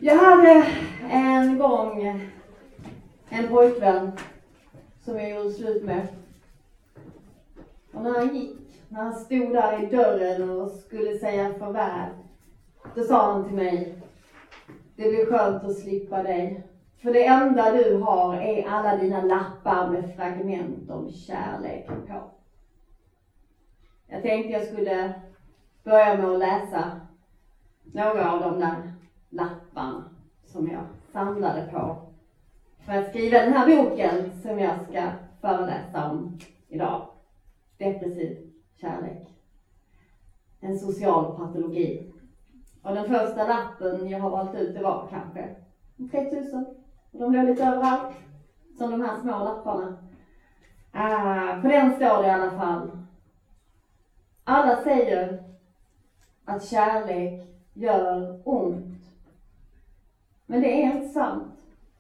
Jag hade en gång en pojkvän som jag gjorde slut med. Och när han stod där i dörren och skulle säga farväl, då sa han till mig: det blir skönt att slippa dig. För det enda du har är alla dina lappar med fragment om kärlek på. Jag tänkte jag skulle börja med att läsa några av de där lapparna som jag samlade på för att skriva den här boken som jag ska föreläsa om idag. Depressiv kärlek. En social patologi. Och den första lappen jag har valt ut, det var kanske 3000. Och de låg lite överallt, som de här små lapparna. På den står det i alla fall: alla säger att kärlek gör ont. Men det är inte sant.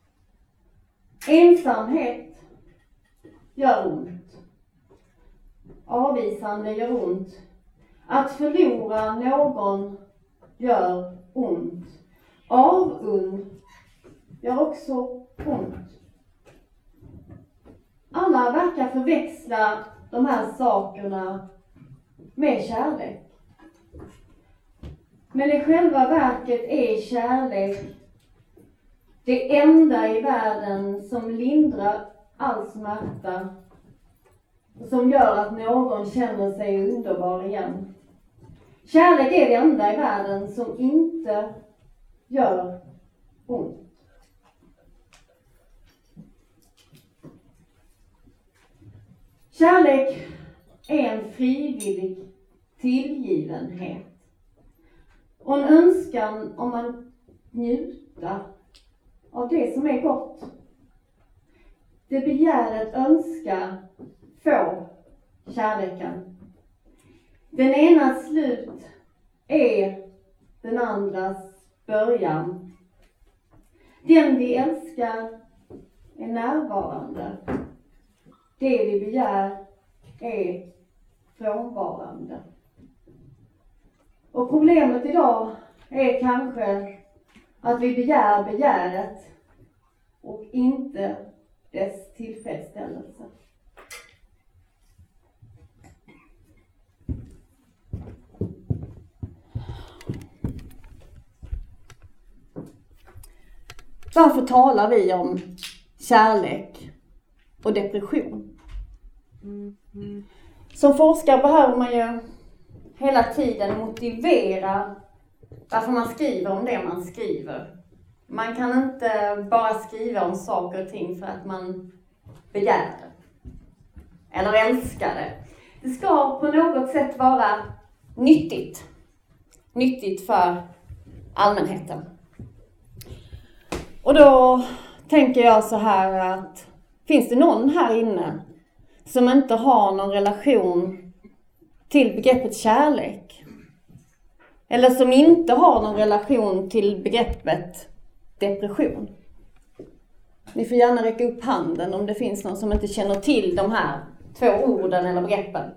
Ensamhet gör ont. Avvisande gör ont. Att förlora någon gör ont. Avund gör också ont. Alla verkar förväxla de här sakerna med kärlek. Men i själva verket är kärlek det enda i världen som lindrar all smärta och som gör att någon känner sig underbar igen. Kärlek är det enda i världen som inte gör ont. Kärlek är en frivillig tillgivenhet och en önskan om att njuta av det som är gott. Det begäret önskar få kärleken. Den enas slut är den andras början. Den vi älskar är närvarande. Det vi begär är frånvarande. Och problemet idag är kanske att vi begär begäret och inte dess tillfredsställelse. Varför talar vi om kärlek och depression? Som forskare behöver man ju hela tiden motivera varför man skriver om det man skriver. Man kan inte bara skriva om saker och ting för att man begär det. Eller älskar det. Det ska på något sätt vara nyttigt. Nyttigt för allmänheten. Och då tänker jag så här att finns det någon här inne som inte har någon relation till begreppet kärlek? Eller som inte har någon relation till begreppet depression? Ni får gärna räcka upp handen om det finns någon som inte känner till de här två orden eller begreppen.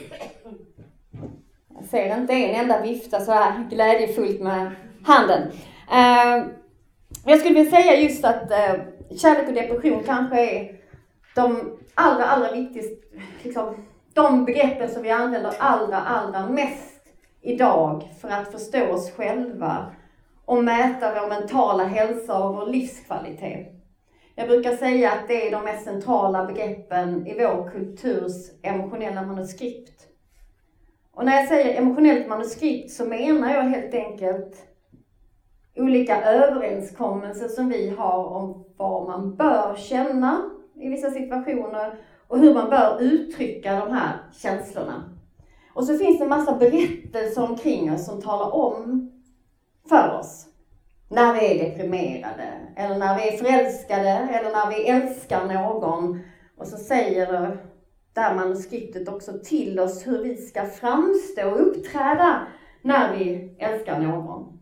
Jag ser inte en enda vifta så här glädjefullt med handen. Jag skulle vilja säga just att kärlek och depression kanske är de allra viktigaste, liksom, de begreppen som vi använder allra mest idag för att förstå oss själva och mäta vår mentala hälsa och vår livskvalitet. Jag brukar säga att det är de mest centrala begreppen i vår kulturs emotionella manuskript. Och när jag säger emotionellt manuskript så menar jag helt enkelt olika överenskommelser som vi har om vad man bör känna i vissa situationer och hur man bör uttrycka de här känslorna. Och så finns det en massa berättelser omkring oss som talar om för oss när vi är deprimerade eller när vi är förälskade eller när vi älskar någon. Och så säger det här manuskriptet också till oss hur vi ska framstå och uppträda när vi älskar någon.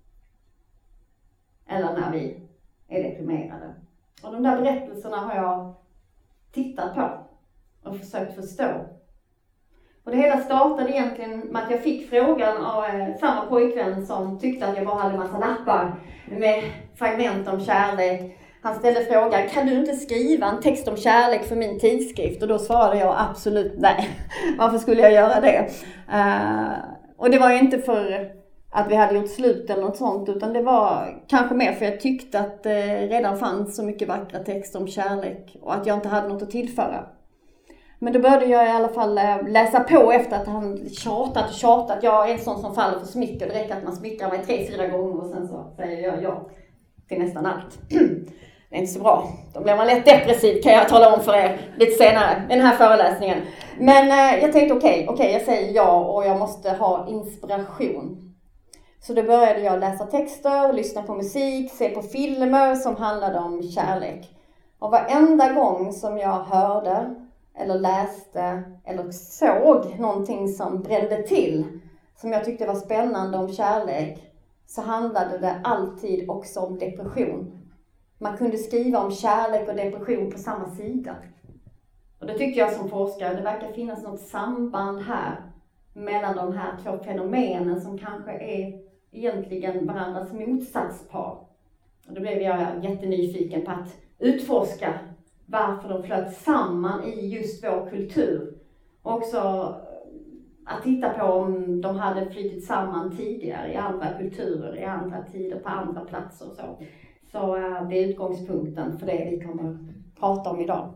Eller när vi är deprimerade. Och de där berättelserna har jag tittat på och försökt förstå. Och det hela startade egentligen med att jag fick frågan av samma pojkvän som tyckte att jag bara hade en massa lappar med fragment om kärlek. Han ställde frågan, kan du inte skriva en text om kärlek för min tidskrift? Och då svarade jag absolut nej. Varför skulle jag göra det? Och det var ju inte för att vi hade gjort slut eller något sånt, utan det var kanske mer för jag tyckte att det redan fanns så mycket vackra texter om kärlek och att jag inte hade något att tillföra. Men då började jag i alla fall läsa på efter att han tjatat. Jag är en sån som faller för smicker. Det räcker att man smickrar mig 3-4 gånger och sen så säger jag ja till nästan allt. Det är inte så bra. Då blir man lätt depressiv, kan jag tala om för er lite senare i den här föreläsningen. Men jag tänkte okej, jag säger ja och jag måste ha inspiration. Så då började jag läsa texter, lyssna på musik, se på filmer som handlade om kärlek. Och varenda gång som jag hörde eller läste eller såg någonting som brände till, som jag tyckte var spännande om kärlek, så handlade det alltid också om depression. Man kunde skriva om kärlek och depression på samma sida. Och det tyckte jag som forskare, det verkar finnas något samband här mellan de här två fenomenen som kanske är egentligen varandras motsatspar. Och då blev jag jättenyfiken på att utforska varför de flöt samman i just vår kultur. Och också att titta på om de hade flyttit samman tidigare i andra kulturer, i andra tider, på andra platser och så. Så det är utgångspunkten för det vi kommer att prata om idag.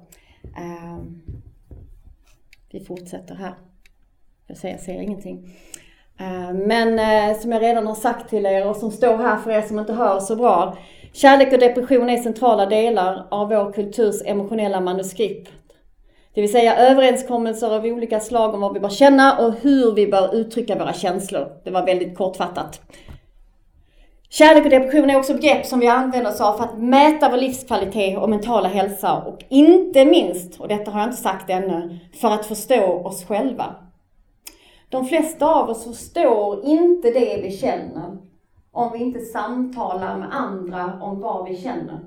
Vi fortsätter här. Jag ser ingenting. Men som jag redan har sagt till er och som står här för er som inte hör så bra. Kärlek och depression är centrala delar av vår kulturs emotionella manuskript. Det vill säga överenskommelser av olika slag om vad vi bör känna och hur vi bör uttrycka våra känslor. Det var väldigt kortfattat. Kärlek och depression är också begrepp som vi använder oss av för att mäta vår livskvalitet och mentala hälsa. Och inte minst, och detta har jag inte sagt ännu, för att förstå oss själva. De flesta av oss förstår inte det vi känner om vi inte samtalar med andra om vad vi känner.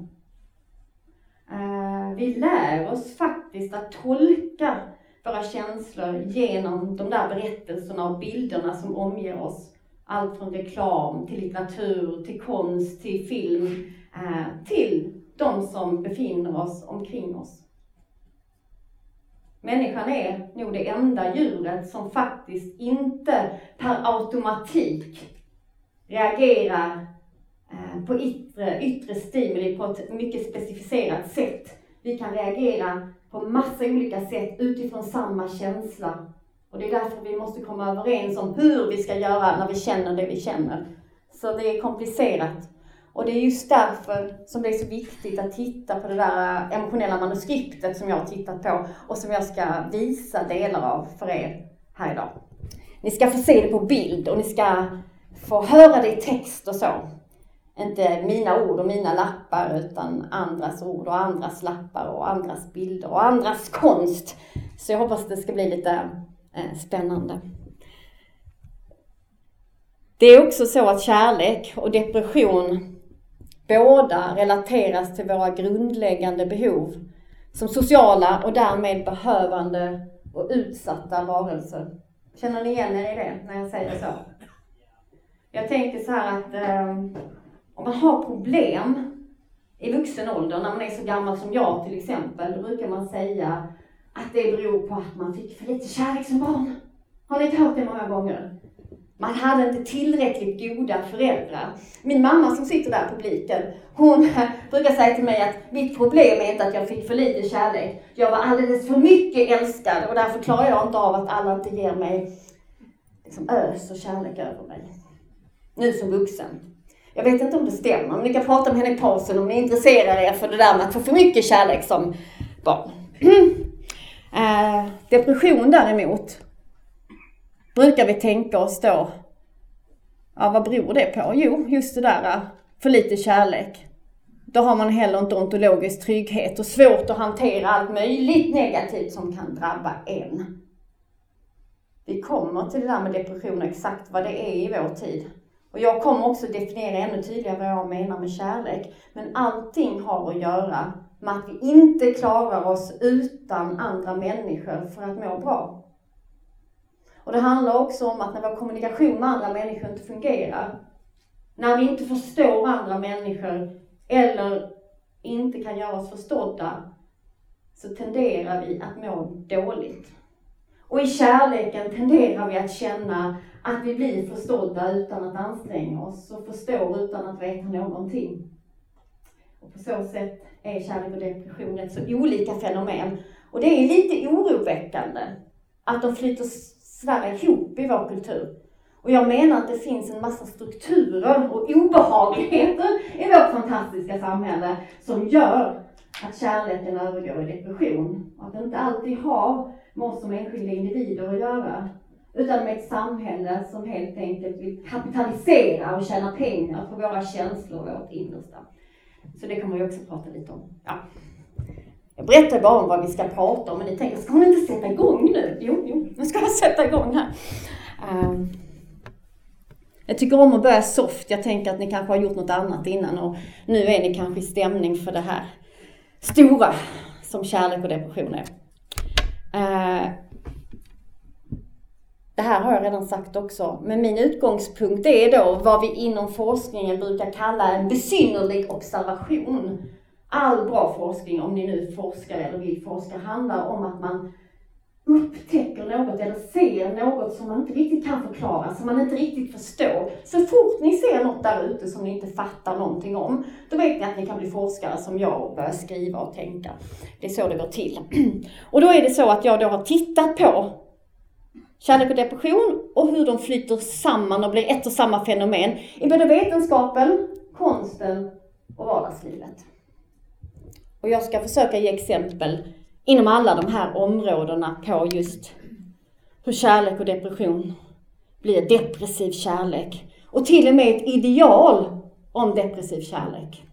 Vi lär oss faktiskt att tolka våra känslor genom de där berättelserna och bilderna som omger oss. Allt från reklam till litteratur, till konst, till film, till de som befinner oss omkring oss. Människan är nog det enda djuret som faktiskt inte per automatik reagerar på yttre stimuli på ett mycket specificerat sätt. Vi kan reagera på massa olika sätt utifrån samma känsla. Och det är därför vi måste komma överens om hur vi ska göra när vi känner det vi känner. Så det är komplicerat. Och det är just därför som det är så viktigt att titta på det där emotionella manuskriptet som jag har tittat på. Och som jag ska visa delar av för er här idag. Ni ska få se det på bild och ni ska få höra det i text och så. Inte mina ord och mina lappar utan andras ord och andras lappar och andras bilder och andras konst. Så jag hoppas att det ska bli lite spännande. Det är också så att kärlek och depression båda relateras till våra grundläggande behov som sociala och därmed behövande och utsatta varelser. Känner ni igen er i det när jag säger så? Jag tänker så här att om man har problem i vuxen ålder, när man är så gammal som jag till exempel, då brukar man säga att det beror på att man fick för lite kärlek som barn. Har ni inte hört det många gånger? Man hade inte tillräckligt goda föräldrar. Min mamma som sitter där i publiken, hon brukar säga till mig att mitt problem är inte att jag fick för lite kärlek. Jag var alldeles för mycket älskad och därför klarar jag inte av att alla inte ger mig liksom ös och kärlek över mig. Nu som vuxen. Jag vet inte om det stämmer, men ni kan prata med henne i pausen om ni intresserar er för det där med att få för mycket kärlek som barn. Depression däremot brukar vi tänka oss då, ja, vad beror det på? Jo, just det där, för lite kärlek. Då har man heller inte ontologisk trygghet och svårt att hantera allt möjligt negativt som kan drabba en. Vi kommer till det där med depression och exakt vad det är i vår tid. Och jag kommer också definiera ännu tydligare vad jag menar med kärlek. Men allting har att göra med att vi inte klarar oss utan andra människor för att må bra. Och det handlar också om att när vår kommunikation med andra människor inte fungerar, när vi inte förstår andra människor eller inte kan göra oss förstådda, så tenderar vi att må dåligt. Och i kärleken tenderar vi att känna att vi blir förstådda utan att anstränga oss och förstår utan att veta någonting. Och på så sätt är kärlek och depression rätt så olika fenomen. Och det är lite oroväckande att de flyter svära ihop i vår kultur. Och jag menar att det finns en massa strukturer och obehagligheter i vårt fantastiska samhälle som gör att kärleken övergår i depression. Och att det inte alltid har med oss som enskilda individer att göra, utan med ett samhälle som helt enkelt vill kapitalisera och tjäna pengar på våra känslor och vårt innersta. Så det kan man ju också prata lite om. Ja. Jag berättar bara om vad vi ska prata om, men ni tänker, ska hon inte sätta igång nu? Jo, nu ska jag sätta igång här. Jag tycker om att börja soft. Jag tänker att ni kanske har gjort något annat innan och nu är ni kanske i stämning för det här stora som kärlek och depression är. Det här har jag redan sagt också, men min utgångspunkt är då vad vi inom forskningen brukar kalla en besynnerlig observation. All bra forskning, om ni nu forskar eller vill forska, handlar om att man upptäcker något eller ser något som man inte riktigt kan förklara, som man inte riktigt förstår. Så fort ni ser något där ute som ni inte fattar någonting om, då vet ni att ni kan bli forskare som jag och börja skriva och tänka. Det är så det går till. Och då är det så att jag då har tittat på kärlek och depression och hur de flyter samman och blir ett och samma fenomen i både vetenskapen, konsten och vardagslivet. Och jag ska försöka ge exempel inom alla de här områdena på just hur kärlek och depression blir depressiv kärlek. Och till och med ett ideal om depressiv kärlek.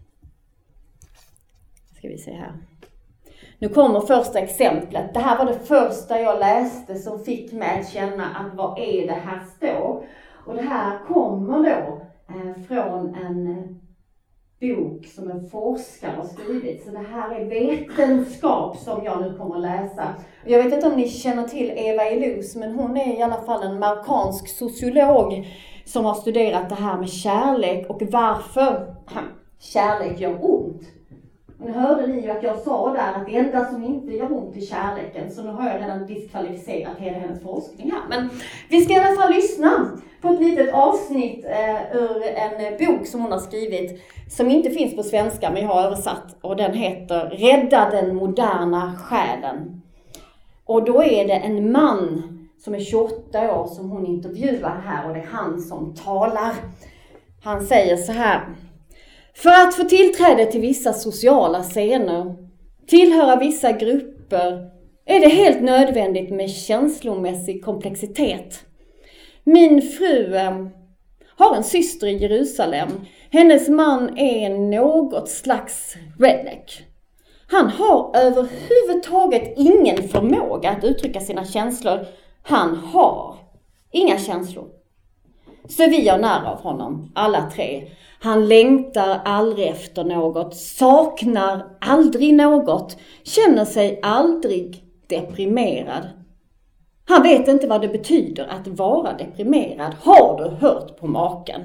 Ska vi se här. Nu kommer första exemplet. Det här var det första jag läste som fick mig att känna att vad är det här står. Och det här kommer då från en bok som en forskare har skrivit. Så det här är vetenskap som jag nu kommer att läsa. Jag vet inte om ni känner till Eva Illouz, men hon är i alla fall en marockansk sociolog som har studerat det här med kärlek och varför kärlek gör ont. Och nu hörde ni ju att jag sa där att det enda som inte gör ont är kärleken, så nu har jag redan diskvalificerat hela hennes forskning här. Men vi ska i alla fall lyssna på ett litet avsnitt ur en bok som hon har skrivit som inte finns på svenska men jag har översatt, och den heter Rädda den moderna själen. Och då är det en man som är 28 år som hon intervjuar här och det är han som talar. Han säger så här: för att få tillträde till vissa sociala scener, tillhöra vissa grupper, är det helt nödvändigt med känslomässig komplexitet. Min fru har en syster i Jerusalem. Hennes man är något slags redneck. Han har överhuvudtaget ingen förmåga att uttrycka sina känslor. Han har inga känslor. Så vi gör när av honom, alla tre. Han längtar aldrig efter något, saknar aldrig något, känner sig aldrig deprimerad. Han vet inte vad det betyder att vara deprimerad. Har du hört på maken?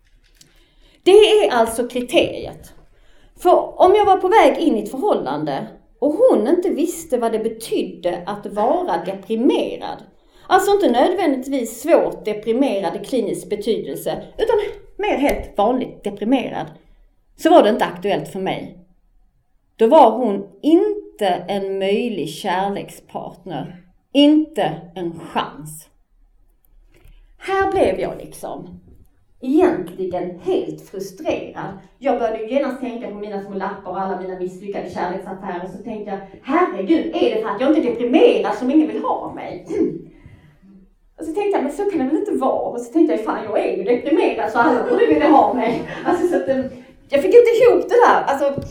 Det är alltså kriteriet. För om jag var på väg in i ett förhållande och hon inte visste vad det betydde att vara deprimerad, alltså inte nödvändigtvis svårt deprimerad i klinisk betydelse, utan mer helt vanligt deprimerad, så var det inte aktuellt för mig. Då var hon inte en möjlig kärlekspartner, inte en chans. Här blev jag egentligen helt frustrerad. Jag började ju genast tänka på mina små lappar och alla mina misslyckade kärleksaffärer, så tänkte jag, herregud, är det för att jag inte är deprimerad som ingen vill ha mig? Och så tänkte jag, men så kan det väl inte vara. Och så tänkte jag, fan, jag är ju deprimerad så alla borde vilja ha mig. Alltså, så att, jag fick inte ihop det där. Alltså,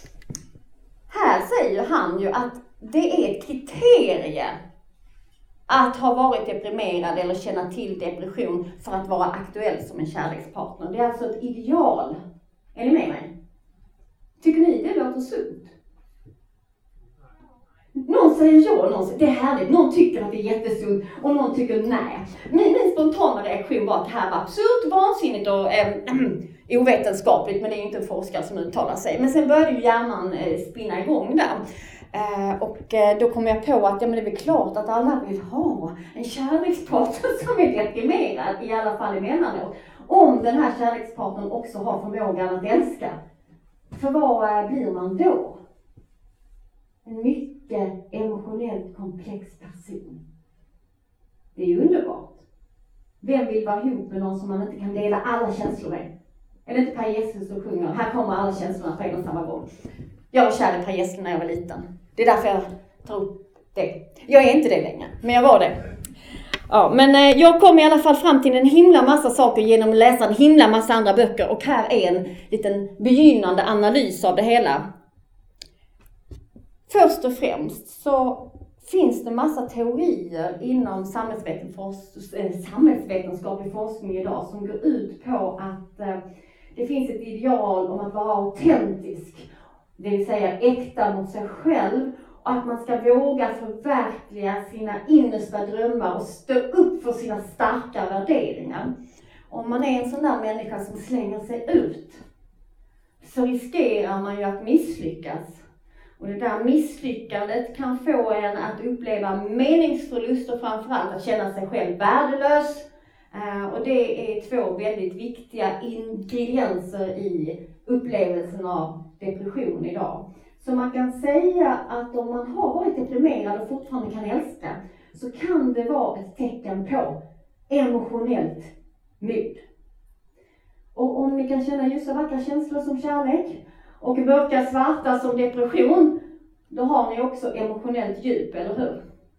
här säger han ju att det är ett kriterie att ha varit deprimerad eller känna till depression för att vara aktuell som en kärlekspartner. Det är alltså ett ideal. Är ni med mig? Tycker ni det låter sunt? Någon säger ja och någon säger det är härligt. Någon tycker att det är jättesunt och någon tycker nej. Min spontana reaktion var att det här var absurt, vansinnigt och ovetenskapligt, men det är ju inte en forskare som uttalar sig. Men sen började ju hjärnan spinna igång där. Och då kom jag på att men det är väl klart att alla vill ha en kärlekspartner som är deprimerad, i alla fall emellanåt. Om den här kärlekspartnern också har förmågan att älska. För vad blir man då? En mycket emotionellt komplex person. Det är ju underbart. Vem vill vara ihop med någon som man inte kan dela alla känslor med? Är det inte Per Gessle som sjunger? Här kommer alla känslorna på en och samma gång. Jag var kär i Per Gessle när jag var liten. Det är därför jag tror det. Jag är inte det längre, men jag var det. Ja, men jag kom i alla fall fram till en himla massa saker genom att läsa en himla massa andra böcker. Och här är en liten begynnande analys av det hela. Först och främst så finns det massa teorier inom samhällsvetenskaplig forskning idag som går ut på att det finns ett ideal om att vara autentisk. Det vill säga äkta mot sig själv. Och att man ska våga förverkliga sina innersta drömmar och stå upp för sina starka värderingar. Om man är en sån där människa som slänger sig ut så riskerar man ju att misslyckas. Och det där misslyckandet kan få en att uppleva meningsförlust och framförallt att känna sig själv värdelös. Och det är två väldigt viktiga ingredienser i upplevelsen av depression idag. Så man kan säga att om man har varit deprimerad och fortfarande kan älska så kan det vara ett tecken på emotionellt mod. Och om ni kan känna ljusa vackra känslor som kärlek och mörka svarta som depression, då har ni också emotionellt djup, eller hur?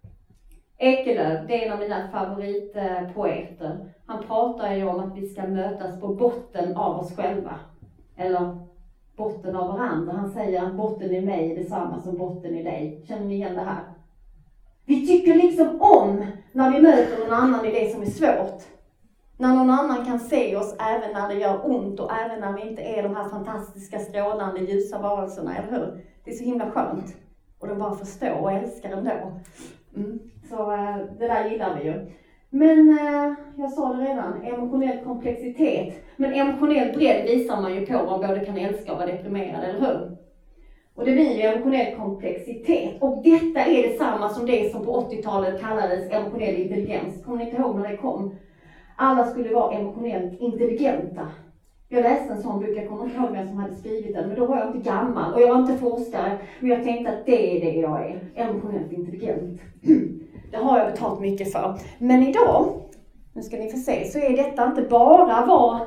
Ekelöf, det är en av mina favoritpoeter. Han pratar ju om att vi ska mötas på botten av oss själva. Eller botten av varandra. Han säger att botten i mig är detsamma som botten i dig. Känner ni igen det här? Vi tycker liksom om när vi möter någon annan i det som är svårt. När någon annan kan se oss även när det gör ont och även när vi inte är de här fantastiska, strålande, ljusa varelserna, eller hur? Det är så himla skönt. Och de bara förstår och älskar ändå. Så det där gillar vi ju. Men jag sa det redan, emotionell komplexitet. Men emotionell bredd visar man ju på om man både kan älska och vara deprimerad, eller hur? Och det blir ju emotionell komplexitet. Och detta är detsamma som det som på 80-talet kallades emotionell intelligens. Kommer ni inte ihåg när det kom? Alla skulle vara emotionellt intelligenta. Jag läste en sån bok, jag kommer inte ihåg vem som hade skrivit den, men då var jag inte gammal och jag var inte forskare. Men jag tänkte att det är det jag är, emotionellt intelligent. Det har jag betalt mycket för. Men idag, nu ska ni få se, så är detta inte bara vad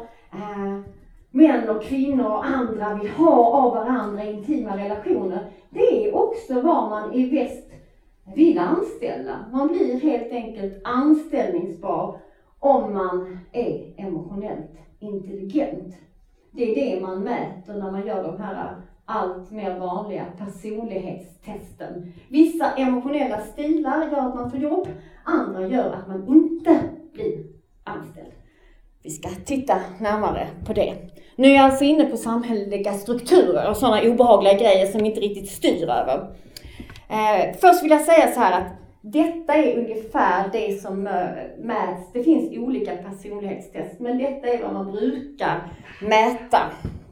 män och kvinnor och andra vill ha av varandra i intima relationer. Det är också vad man i väst vill anställa. Man blir helt enkelt anställningsbar om man är emotionellt intelligent. Det är det man mäter när man gör de här allt mer vanliga personlighetstesten. Vissa emotionella stilar gör att man får jobb, andra gör att man inte blir anställd. Vi ska titta närmare på det. Nu är jag alltså inne på samhälleliga strukturer och sådana obehagliga grejer som inte riktigt styr över. Först vill jag säga så här att detta är ungefär det som mäts. Det finns olika personlighetstest, men detta är vad man brukar mäta.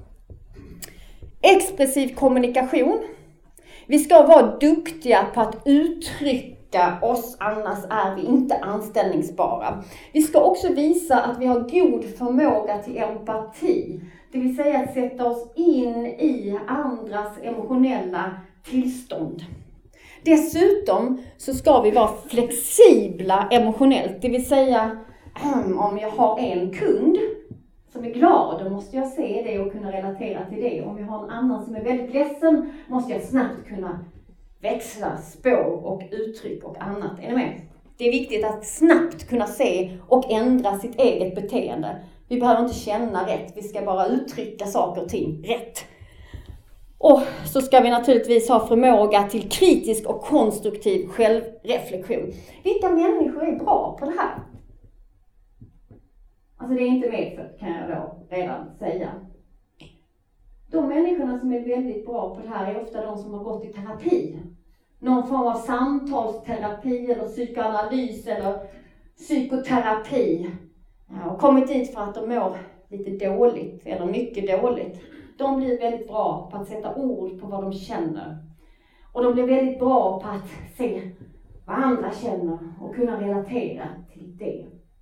Expressiv kommunikation. Vi ska vara duktiga på att uttrycka oss, annars är vi inte anställningsbara. Vi ska också visa att vi har god förmåga till empati. Det vill säga att sätta oss in i andras emotionella tillstånd. Dessutom så ska vi vara flexibla emotionellt. Det vill säga om jag har en kund som är glad, då måste jag se det och kunna relatera till det. Om jag har en annan som är väldigt ledsen måste jag snabbt kunna växla spår och uttryck och annat. Är ni med? Det är viktigt att snabbt kunna se och ändra sitt eget beteende. Vi behöver inte känna rätt, vi ska bara uttrycka saker och ting rätt. Och så ska vi naturligtvis ha förmåga till kritisk och konstruktiv självreflektion. Vilka människor är bra på det här? Alltså det är inte medfött, kan jag då redan säga. De människorna som är väldigt bra på det här är ofta de som har gått i terapi. någon form av samtalsterapi eller psykoanalys eller psykoterapi och kommit dit för att de mår lite dåligt eller mycket dåligt. De blir väldigt bra på att sätta ord på vad de känner. Och de blir väldigt bra på att se vad andra känner och kunna relatera till det.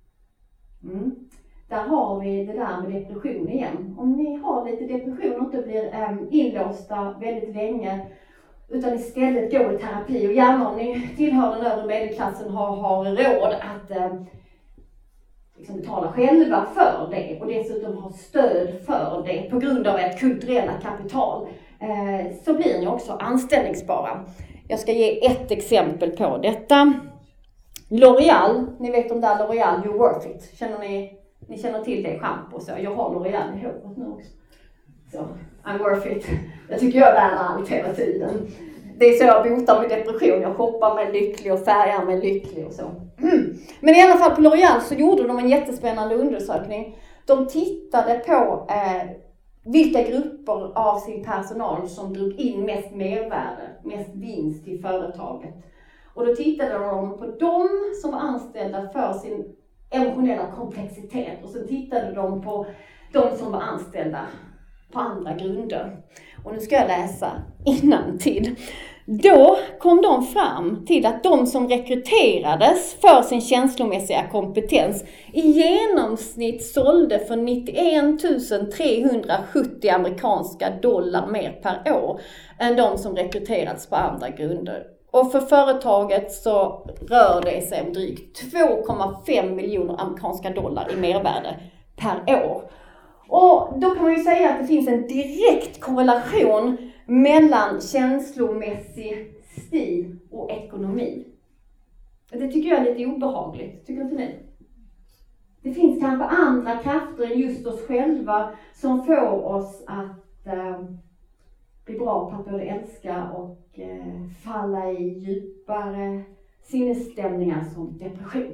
Där har vi det där med depression igen. Om ni har lite depression och inte blir inlåsta väldigt länge utan istället går i terapi och gärna om ni tillhör den övre medelklassen har råd att liksom betala själva för det och dessutom ha stöd för det på grund av ett kulturella kapital, så blir ni också anställningsbara. Jag ska ge ett exempel på detta. L'Oreal, ni vet om där L'Oreal, you're worth it. Ni känner till det shampoo så. Jag har L'Oreal i håret nu också. Så, I'm worth it. Jag tycker jag är värd allt hela tiden. Det är så jag botar med depression. Jag shoppar mig lycklig och färgar mig lycklig och så. Men i alla fall på L'Oreal så gjorde de en jättespännande undersökning. De tittade på vilka grupper av sin personal som drog in mest mervärde, mest vinst i företaget. Och då tittade de på de som var anställda för sin emotionella komplexitet. Och så tittade de på de som var anställda på andra grunder. Och nu ska jag läsa innantill. Då kom de fram till att de som rekryterades för sin känslomässiga kompetens i genomsnitt sålde för 91 370 amerikanska dollar mer per år än de som rekryterats på andra grunder. Och för företaget så rör det sig om drygt 2,5 miljoner amerikanska dollar i mervärde per år. Och då kan man ju säga att det finns en direkt korrelation mellan känslomässig stil och ekonomi. Det tycker jag är lite obehagligt, tycker inte ni? Det finns kanske andra krafter än just oss själva som får oss att bli bra på att både älska och falla i djupare sinnesstämningar som depression.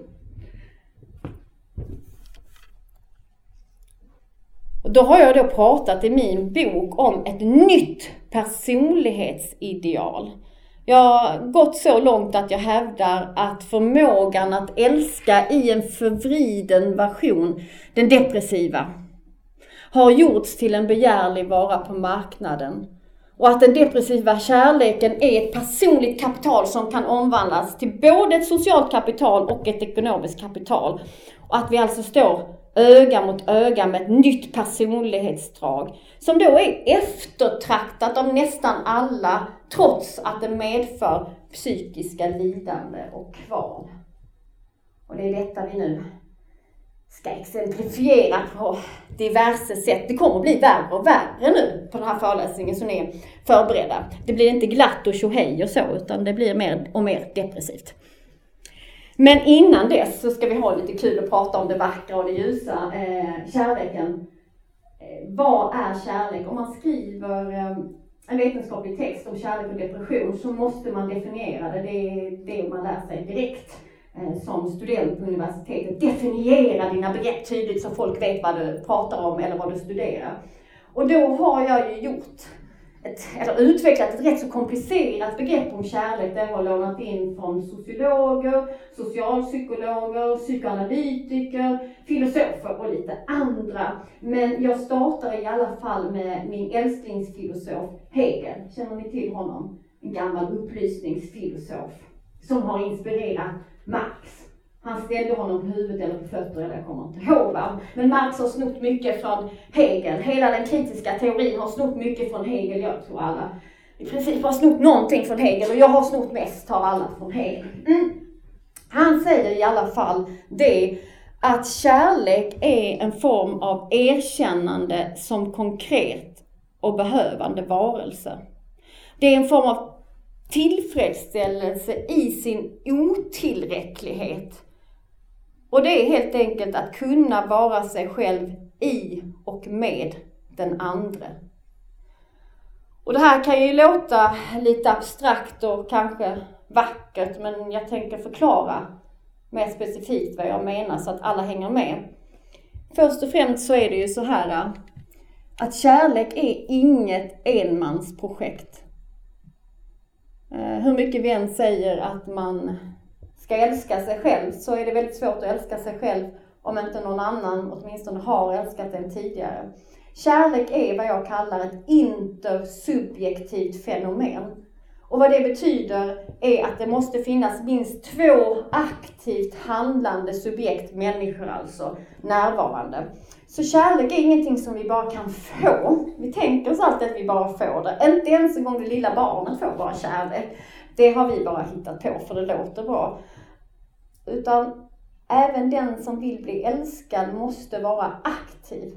Och då har jag då pratat i min bok om ett nytt personlighetsideal. Jag har gått så långt att jag hävdar att förmågan att älska i en förvriden version, den depressiva, har gjorts till en begärlig vara på marknaden. Och att den depressiva kärleken är ett personligt kapital som kan omvandlas till både ett socialt kapital och ett ekonomiskt kapital. Och att vi alltså står öga mot öga med ett nytt personlighetsdrag som då är eftertraktat av nästan alla trots att det medför psykiska lidande och kval. Och det är detta vi nu ska exemplifiera på diverse sätt. Det kommer att bli värre och värre nu på den här föreläsningen så ni är förberedda. Det blir inte glatt och tjohej och så utan det blir mer och mer depressivt. Men innan dess så ska vi ha lite kul att prata om det vackra och det ljusa. Kärleken. Vad är kärlek? Om man skriver en vetenskaplig text om kärlek och depression så måste man definiera det. Det är det man lär sig direkt som student på universitetet. Definiera dina begrepp tydligt så folk vet vad du pratar om eller vad du studerar. Och då har jag ju utvecklat ett rätt så komplicerat begrepp om kärlek. Det har lånat in från sociologer, socialpsykologer, psykoanalytiker, filosofer och lite andra. Men jag startar i alla fall med min älsklingsfilosof Hegel. Känner ni till honom? En gammal upplysningsfilosof som har inspirerat Marx. Han ställde honom på huvudet eller på fötter, eller jag kommer inte ihåg. Men Marx har snott mycket från Hegel. Hela den kritiska teorin har snott mycket från Hegel. Jag tror alla i princip har snott någonting från Hegel. Och jag har snott mest av alla från Hegel. Han säger i alla fall det att kärlek är en form av erkännande som konkret och behövande varelse. Det är en form av tillfredsställelse i sin otillräcklighet. Och det är helt enkelt att kunna vara sig själv i och med den andra. Och det här kan ju låta lite abstrakt och kanske vackert, men jag tänker förklara mer specifikt vad jag menar så att alla hänger med. Först och främst så är det ju så här att kärlek är inget enmansprojekt. Hur mycket vi än säger att man ska älska sig själv, så är det väldigt svårt att älska sig själv om inte någon annan åtminstone har älskat en tidigare. Kärlek är vad jag kallar ett intersubjektivt fenomen. Och vad det betyder är att det måste finnas minst 2 aktivt handlande subjekt, människor alltså, närvarande. Så kärlek är ingenting som vi bara kan få. Vi tänker oss alltid att vi bara får det. Inte ens en gång det lilla barnet får bara kärlek. Det har vi bara hittat på för det låter bra. Utan även den som vill bli älskad måste vara aktiv.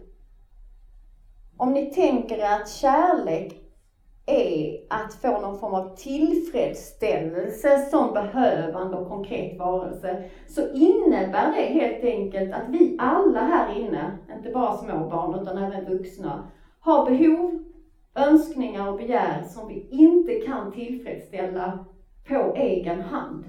Om ni tänker att kärlek är att få någon form av tillfredsställelse som behövande och konkret varelse, så innebär det helt enkelt att vi alla här inne, inte bara små barn utan även vuxna, har behov, önskningar och begär som vi inte kan tillfredsställa på egen hand.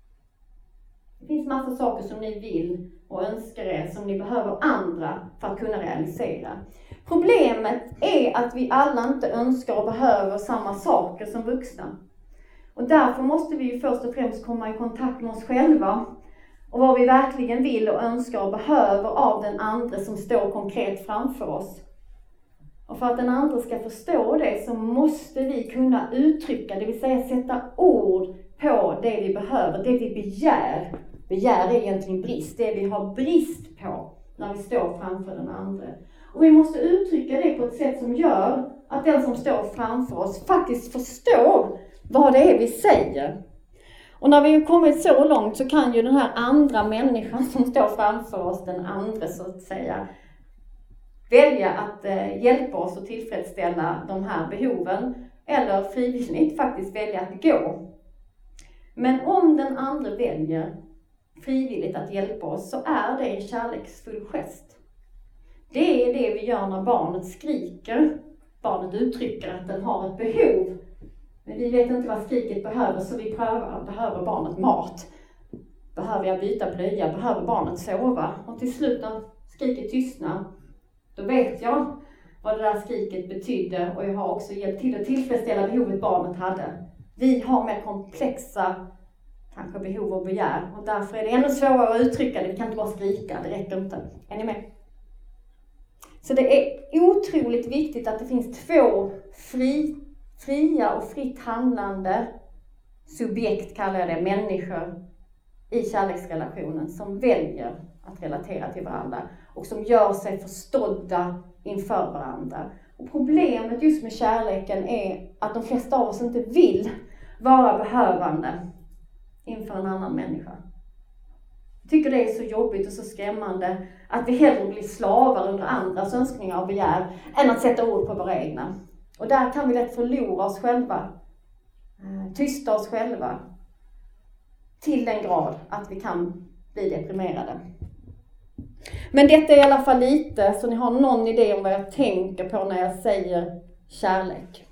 Det finns massa saker som ni vill och önskar er som ni behöver andra för att kunna realisera. Problemet är att vi alla inte önskar och behöver samma saker som vuxna. Och därför måste vi ju först och främst komma i kontakt med oss själva och vad vi verkligen vill och önskar och behöver av den andra som står konkret framför oss. Och för att den andra ska förstå det så måste vi kunna uttrycka, det vill säga sätta ord på det vi behöver, det vi begär. Begär är egentligen brist, det vi har brist på när vi står framför den andra. Och vi måste uttrycka det på ett sätt som gör att den som står framför oss faktiskt förstår vad det är vi säger. Och när vi har kommit så långt så kan ju den här andra människan som står framför oss, den andra så att säga, välja att hjälpa oss att tillfredsställa de här behoven eller frivilligt faktiskt välja att gå. Men om den andra väljer frivilligt att hjälpa oss så är det en kärleksfull gest. Det är det vi gör när barnet skriker. Barnet uttrycker att den har ett behov. Men vi vet inte vad skriket behöver så vi prövar. Behöver barnet mat? Behöver jag byta blöja? Behöver barnet sova? Och till slut när skriket tystnar, då vet jag vad det där skriket betydde. Och jag har också hjälpt till att tillfredsställa behovet barnet hade. Vi har mer komplexa kanske behov och begär. Och därför är det ännu svårare att uttrycka det. Vi kan inte bara skrika, det räcker inte. Är ni med? Så det är otroligt viktigt att det finns 2 fria och fritt handlande subjekt, kallar jag det, människor i kärleksrelationen som väljer att relatera till varandra och som gör sig förstådda inför varandra. Och problemet just med kärleken är att de flesta av oss inte vill vara behövande inför en annan människa. Jag tycker det är så jobbigt och så skrämmande att vi hellre blir slavar under andras önskningar och begär än att sätta ord på våra egna. Och där kan vi lätt förlora oss själva, tysta oss själva till den grad att vi kan bli deprimerade. Men detta är i alla fall lite så ni har någon idé om vad jag tänker på när jag säger kärlek.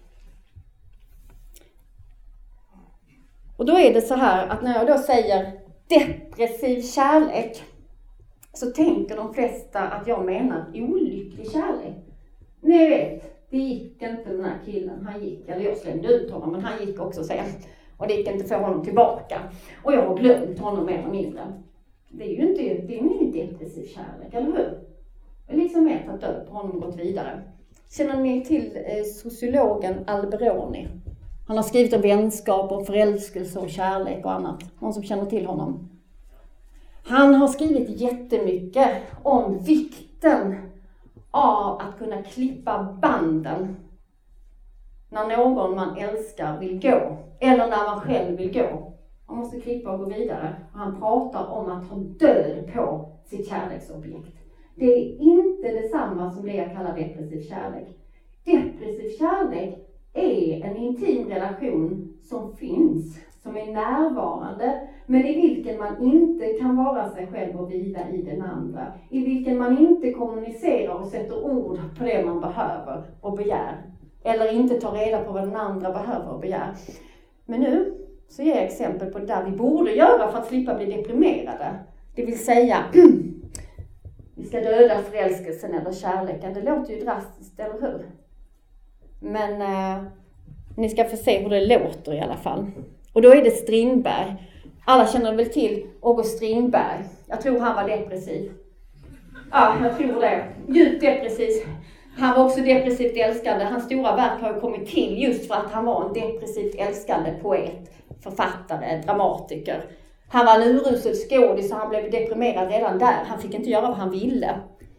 Och då är det så här att när jag då säger depressiv kärlek så tänker de flesta att jag menar olycklig kärlek. Ni vet, det gick inte den här killen, han gick, eller jag slängde ut honom men han gick också sen. Och det gick inte för honom tillbaka. Och jag har glömt honom mer eller mindre. Det är ju ingen depressiv kärlek, eller hur? Jag liksom är tagit upp på honom och gått vidare. Känner ni till sociologen Alberoni? Han har skrivit om vänskap och förälskelse och kärlek och annat. Någon som känner till honom? Han har skrivit jättemycket om vikten av att kunna klippa banden när någon man älskar vill gå. Eller när man själv vill gå. Man måste klippa och gå vidare. Och han pratar om att ha död på sitt kärleksobjekt. Det är inte detsamma som det jag kallar depressiv kärlek. Depressiv kärlek är en intim relation som finns, som är närvarande, men i vilken man inte kan vara sig själv och vila i den andra. I vilken man inte kommunicerar och sätter ord på det man behöver och begär. Eller inte tar reda på vad den andra behöver och begär. Men nu så ger jag exempel på det där vi borde göra för att slippa bli deprimerade. Det vill säga, vi ska döda förälskelsen eller kärleken. Det låter ju drastiskt, eller hur? Men Ni ska få se hur det låter i alla fall. Och då är det Strindberg. Alla känner väl till August Strindberg. Jag tror han var depressiv. Ja, jag tror det. Djupt depressiv. Han var också depressivt älskande. Hans stora verk har ju kommit till just för att han var en depressivt älskande poet, författare, dramatiker. Han var en urusel skådis så han blev deprimerad redan där. Han fick inte göra vad han ville.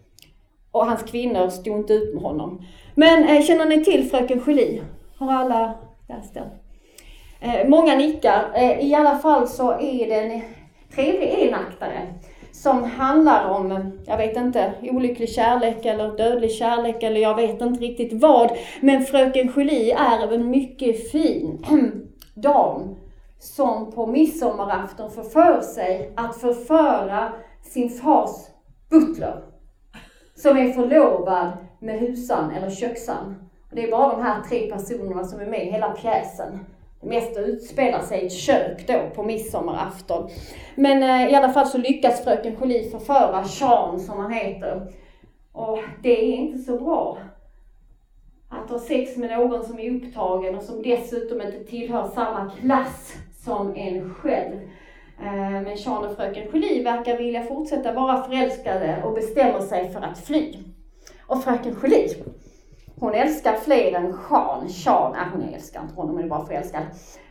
Och hans kvinnor stod inte ut med honom. Men känner ni till Fröken Julie? Har alla läst den? Många nickar. I alla fall så är det en trevlig enaktare som handlar om, jag vet inte, olycklig kärlek eller dödlig kärlek eller jag vet inte riktigt vad. Men Fröken Julie är en mycket fin dam som på midsommarafton får för sig att förföra sin fars butler som är förlovad med husan eller köksan. Och det är bara de här 3 personerna som är med i hela pjäsen. Det mesta utspelar sig i ett kök då på midsommarafton. Men i alla fall så lyckas Fröken Julie förföra Jean som han heter. Och det är inte så bra att ha sex med någon som är upptagen och som dessutom inte tillhör samma klass som en själv. Men Jean och Fröken Julie verkar vilja fortsätta vara förälskade och bestämmer sig för att fly. Och Fröken Julie, hon älskar fler än Jean. Hon älskar inte honom, men är bara förälskad.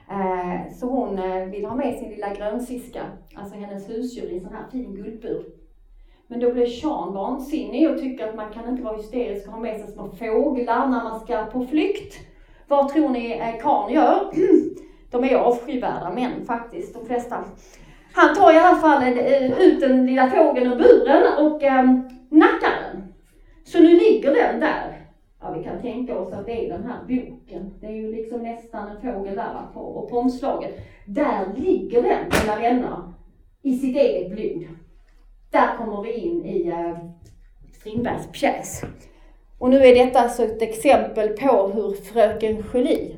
Så hon vill ha med sin lilla grönsyska, alltså hennes husdjur i en sån här fin guldbur. Men då blir Jean vansinnig och tycker att man kan inte vara hysterisk och ha med sig små fåglar när man ska på flykt. Vad tror ni karln gör? De är avskyvärda män faktiskt, de flesta. Han tar i alla fall ut den lilla fågeln ur buren och nackar den. Så nu ligger den där. Ja, vi kan tänka oss att det är den här boken. Det är ju liksom nästan en fågel där på. Och på omslaget, där ligger den, mina vänner, i sitt eget blod. Där kommer vi in i Strindbergs pjäs. Och nu är detta alltså ett exempel på hur Fröken Julie,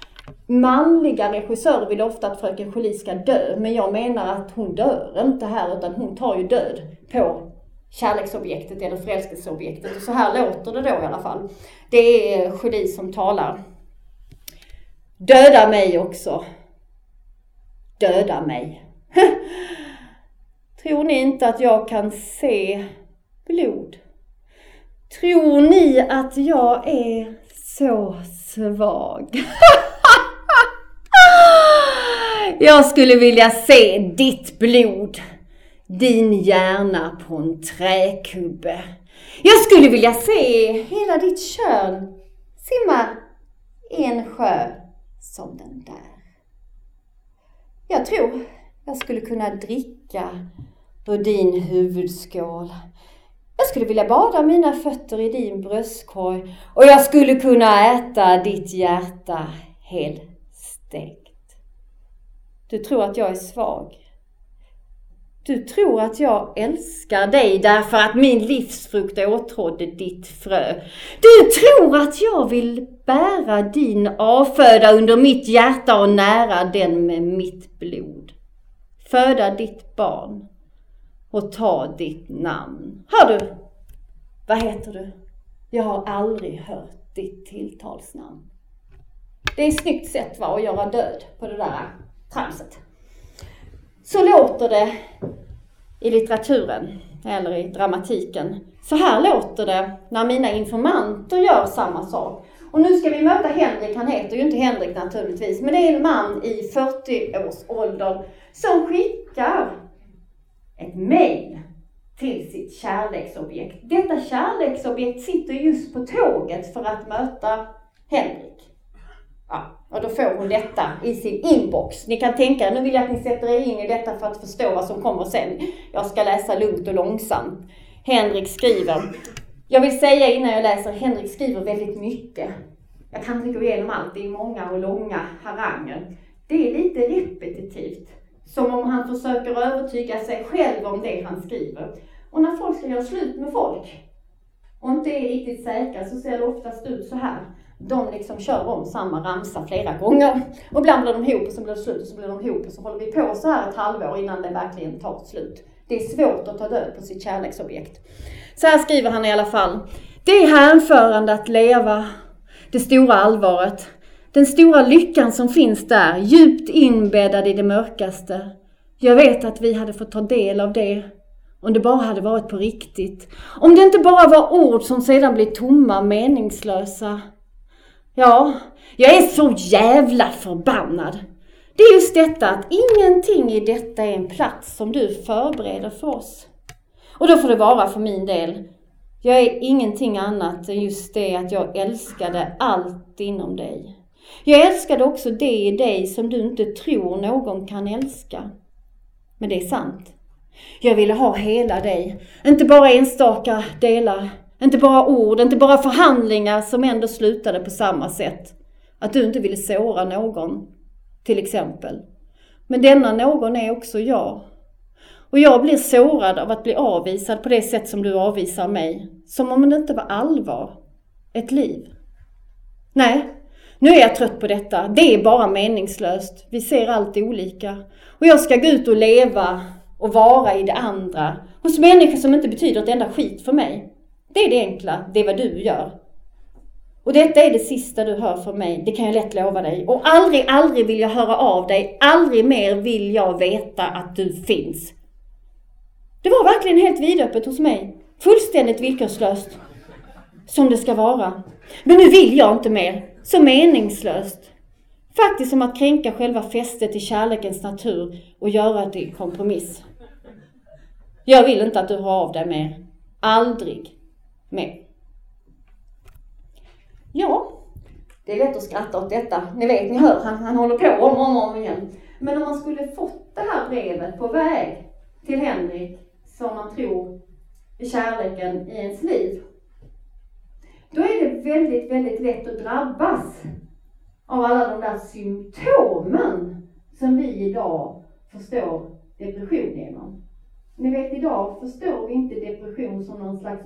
manliga regissörer vill ofta att Fröken Julie ska dö. Men jag menar att hon dör inte här, utan hon tar ju död på kärleksobjektet eller förälskelseobjektet. Och så här låter det då i alla fall. Det är Julie som talar. Döda mig också. Döda mig. Tror ni inte att jag kan se blod? Tror ni att jag är så svag? Jag skulle vilja se ditt blod. Din hjärna på en träkubbe. Jag skulle vilja se hela ditt kön simma i en sjö som den där. Jag tror jag skulle kunna dricka ur din huvudskål. Jag skulle vilja bada mina fötter i din bröstkorg. Och jag skulle kunna äta ditt hjärta helstekt. Du tror att jag är svag. Du tror att jag älskar dig därför att min livsfrukt åtrådde ditt frö. Du tror att jag vill bära din avföda under mitt hjärta och nära den med mitt blod. Föda ditt barn och ta ditt namn. Hör du? Vad heter du? Jag har aldrig hört ditt tilltalsnamn. Det är ett snyggt sätt att göra död på det där tramset. Så låter det i litteraturen eller i dramatiken. Så här låter det när mina informanter gör samma sak. Och nu ska vi möta Henrik. Han heter ju inte Henrik naturligtvis, men det är en man i 40-årsåldern som skickar ett mejl till sitt kärleksobjekt. Detta kärleksobjekt sitter just på tåget för att möta Henrik. Ja, och då får hon detta i sin inbox. Ni kan tänka, nu vill jag att ni sätter er in i detta för att förstå vad som kommer sen. Jag ska läsa lugnt och långsamt. Henrik skriver. Jag vill säga innan jag läser, Henrik skriver väldigt mycket. Jag kan inte gå igenom allt, det är många och långa haranger. Det är lite repetitivt. Som om han försöker övertyga sig själv om det han skriver. Och när folk ska göra slut med folk och inte är riktigt säkra så ser det oftast ut så här. De liksom kör om samma ramsa flera gånger. Och ibland blir de ihop och så blir det slut och så blir de ihop och så håller vi på så här ett halvår innan det verkligen tar slut. Det är svårt att ta död på sitt kärleksobjekt. Så här skriver han i alla fall. Det är hänförande att leva. Det stora allvaret. Den stora lyckan som finns där, djupt inbäddad i det mörkaste. Jag vet att vi hade fått ta del av det om det bara hade varit på riktigt. Om det inte bara var ord som sedan blir tomma, meningslösa. Ja, jag är så jävla förbannad. Det är just detta att ingenting i detta är en plats som du förbereder för oss. Och då får det vara för min del. Jag är ingenting annat än just det att jag älskade allt inom dig. Jag älskade också det i dig som du inte tror någon kan älska. Men det är sant. Jag ville ha hela dig. Inte bara enstaka delar. Inte bara ord. Inte bara förhandlingar som ändå slutade på samma sätt. Att du inte ville såra någon. Till exempel. Men denna någon är också jag. Och jag blir sårad av att bli avvisad på det sätt som du avvisar mig. Som om det inte var allvar. Ett liv. Nej, nu är jag trött på detta. Det är bara meningslöst. Vi ser allt olika. Och jag ska gå ut och leva och vara i det andra. Hos människor som inte betyder ett enda skit för mig. Det är det enkla. Det är vad du gör. Och detta är det sista du hör från mig. Det kan jag lätt lova dig. Och aldrig vill jag höra av dig. Aldrig mer vill jag veta att du finns. Det var verkligen helt vidöppet hos mig. Fullständigt villkorslöst. Som det ska vara. Men nu vill jag inte mer. Så meningslöst. Faktiskt som att kränka själva fästet i kärlekens natur och göra det i kompromiss. Jag vill inte att du hör av dig mer. Aldrig mer. Ja, det är lätt att skratta åt detta. Ni vet, ni hör, han håller på om igen. Men om man skulle fått det här brevet på väg till Henrik, som man tror är kärleken i ens liv, då är det väldigt, väldigt lätt att drabbas av alla de där symptomen som vi idag förstår depression genom. Ni vet, idag förstår vi inte depression som någon slags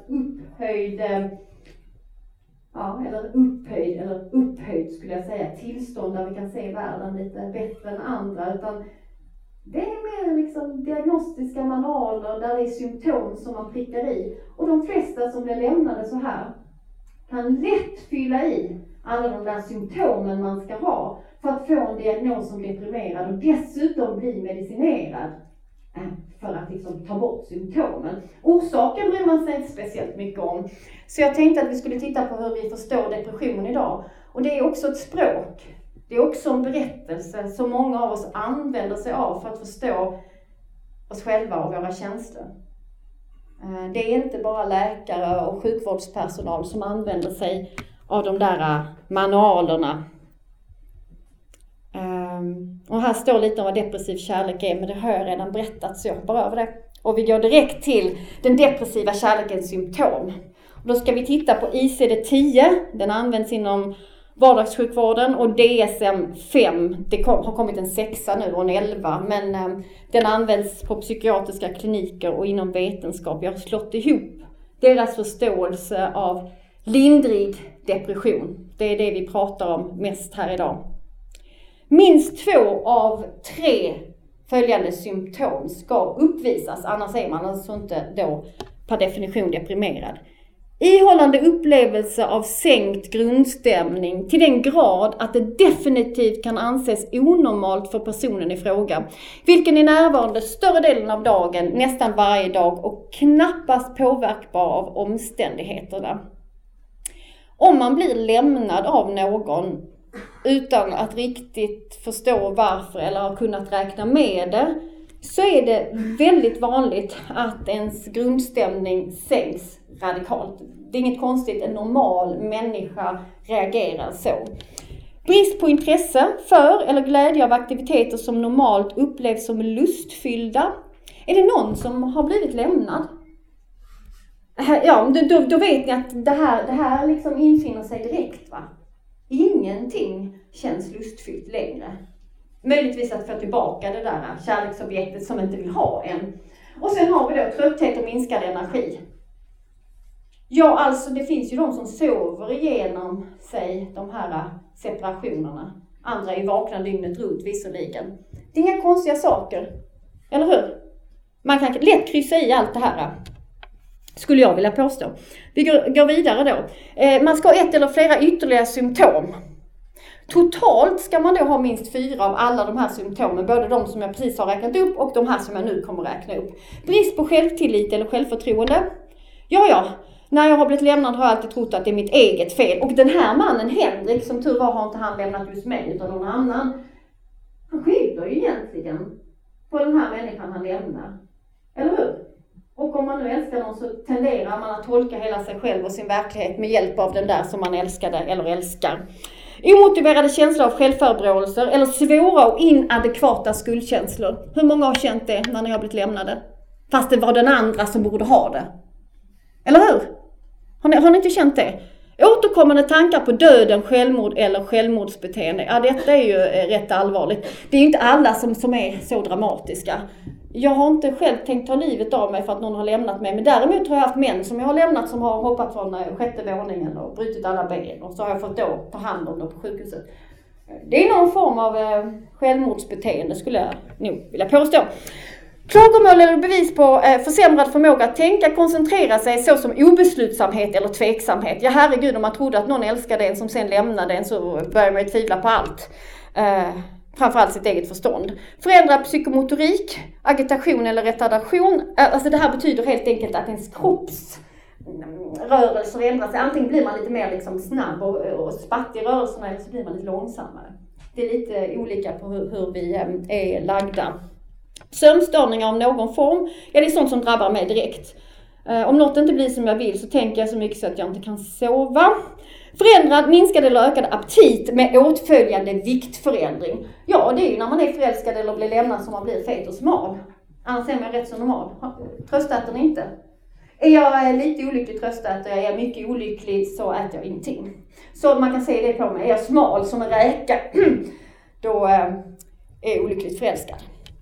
upphöjd skulle jag säga, tillstånd där vi kan se världen lite bättre än andra, utan det är mer liksom diagnostiska manualer där det är symptom som man prickar i. Och de flesta som blir lämnade så här kan lätt fylla i alla de där symptomen man ska ha för att få en diagnos som deprimerad och dessutom bli medicinerad för att liksom ta bort symptomen. Orsaken bryr man sig inte speciellt mycket om. Så jag tänkte att vi skulle titta på hur vi förstår depression idag. Och det är också ett språk. Det är också en berättelse som många av oss använder sig av för att förstå oss själva och våra känslor. Det är inte bara läkare och sjukvårdspersonal som använder sig av de där manualerna. Och här står lite om vad depressiv kärlek är, men det har jag redan berättat så jag hoppar över det. Och vi går direkt till den depressiva kärlekens symptom. Och då ska vi titta på ICD-10, den används inom vardagssjukvården, och DSM-5, det har kommit en 6 nu och en 11, men den används på psykiatriska kliniker och inom vetenskap. Jag har slått ihop deras förståelse av lindrig depression. Det är det vi pratar om mest här idag. Minst 2 av 3 följande symptom ska uppvisas, annars är man alltså inte då per definition deprimerad. Ihållande upplevelse av sänkt grundstämning till den grad att det definitivt kan anses onormalt för personen i fråga, vilken är närvarande större delen av dagen, nästan varje dag och knappast påverkbar av omständigheterna. Om man blir lämnad av någon utan att riktigt förstå varför eller har kunnat räkna med det, så är det väldigt vanligt att ens grundstämning sänks radikalt. Det är inget konstigt, en normal människa reagerar så. Brist på intresse för eller glädje av aktiviteter som normalt upplevs som lustfyllda. Är det någon som har blivit lämnad? Ja, då vet ni att det här liksom infinner sig direkt, va? Ingenting känns lustfyllt längre. Möjligtvis att få tillbaka det där kärleksobjektet som inte vill ha en. Och sen har vi då trötthet och minskad energi. Ja, alltså det finns ju de som sover igenom sig de här separationerna. Andra är vakna dygnet runt visserligen. Det är inga konstiga saker, eller hur? Man kan lätt kryssa i allt det här, skulle jag vilja påstå. Vi går vidare då. Man ska ha ett eller flera ytterligare symptom Totalt ska man då ha minst 4 av alla de här symptomen, både de som jag precis har räknat upp och de här som jag nu kommer räkna upp. Brist på självtillit eller självförtroende. Ja, när jag har blivit lämnad har jag alltid trott att det är mitt eget fel. Och den här mannen, Henrik, som tur var har inte han lämnat just mig utan någon annan. Han skyller ju egentligen på den här människan han lämnar. Eller hur? Och om man nu älskar någon så tenderar man att tolka hela sig själv och sin verklighet med hjälp av den där som man älskade eller älskar. Omotiverade känslor av självförebråelser eller svåra och inadekvata skuldkänslor. Hur många har känt det när ni har blivit lämnade? Fast det var den andra som borde ha det. Eller hur? Har ni inte känt det? Återkommande tankar på döden, självmord eller självmordsbeteende. Ja, detta är ju rätt allvarligt. Det är ju inte alla som är så dramatiska. Jag har inte själv tänkt ta livet av mig för att någon har lämnat mig. Men däremot har jag haft män som jag har lämnat som har hoppat från 6:e våningen och brutit alla ben. Och så har jag fått då ta hand om dem på sjukhuset. Det är någon form av självmordsbeteende skulle jag nog vilja påstå. Klagomål eller bevis på försämrad förmåga att tänka, koncentrera sig såsom obeslutsamhet eller tveksamhet. Ja, herregud, om man trodde att någon älskade en som sen lämnade en så börjar man tvivla på allt. Framförallt sitt eget förstånd. Förändrad psykomotorik, agitation eller retardation. Alltså det här betyder helt enkelt att ens kroppsrörelser ändrar sig. Antingen blir man lite mer liksom snabb och spatt i rörelserna eller så blir man lite långsammare. Det är lite olika på hur vi är lagda. Sömnstörningar av någon form, ja det är sånt som drabbar mig direkt. Om något inte blir som jag vill så tänker jag så mycket så att jag inte kan sova. Förändrad, minskad eller ökad aptit med åtföljande viktförändring. Ja, det är ju när man är förälskad eller blir lämnad som man blir fet och smal. Annars är man rätt så normal. Tröstäter ni inte? Är jag lite olycklig tröstäter, är jag mycket olycklig så äter jag ingenting. Så man kan se det på mig. Är jag smal som en räka, då är jag olyckligt förälskad.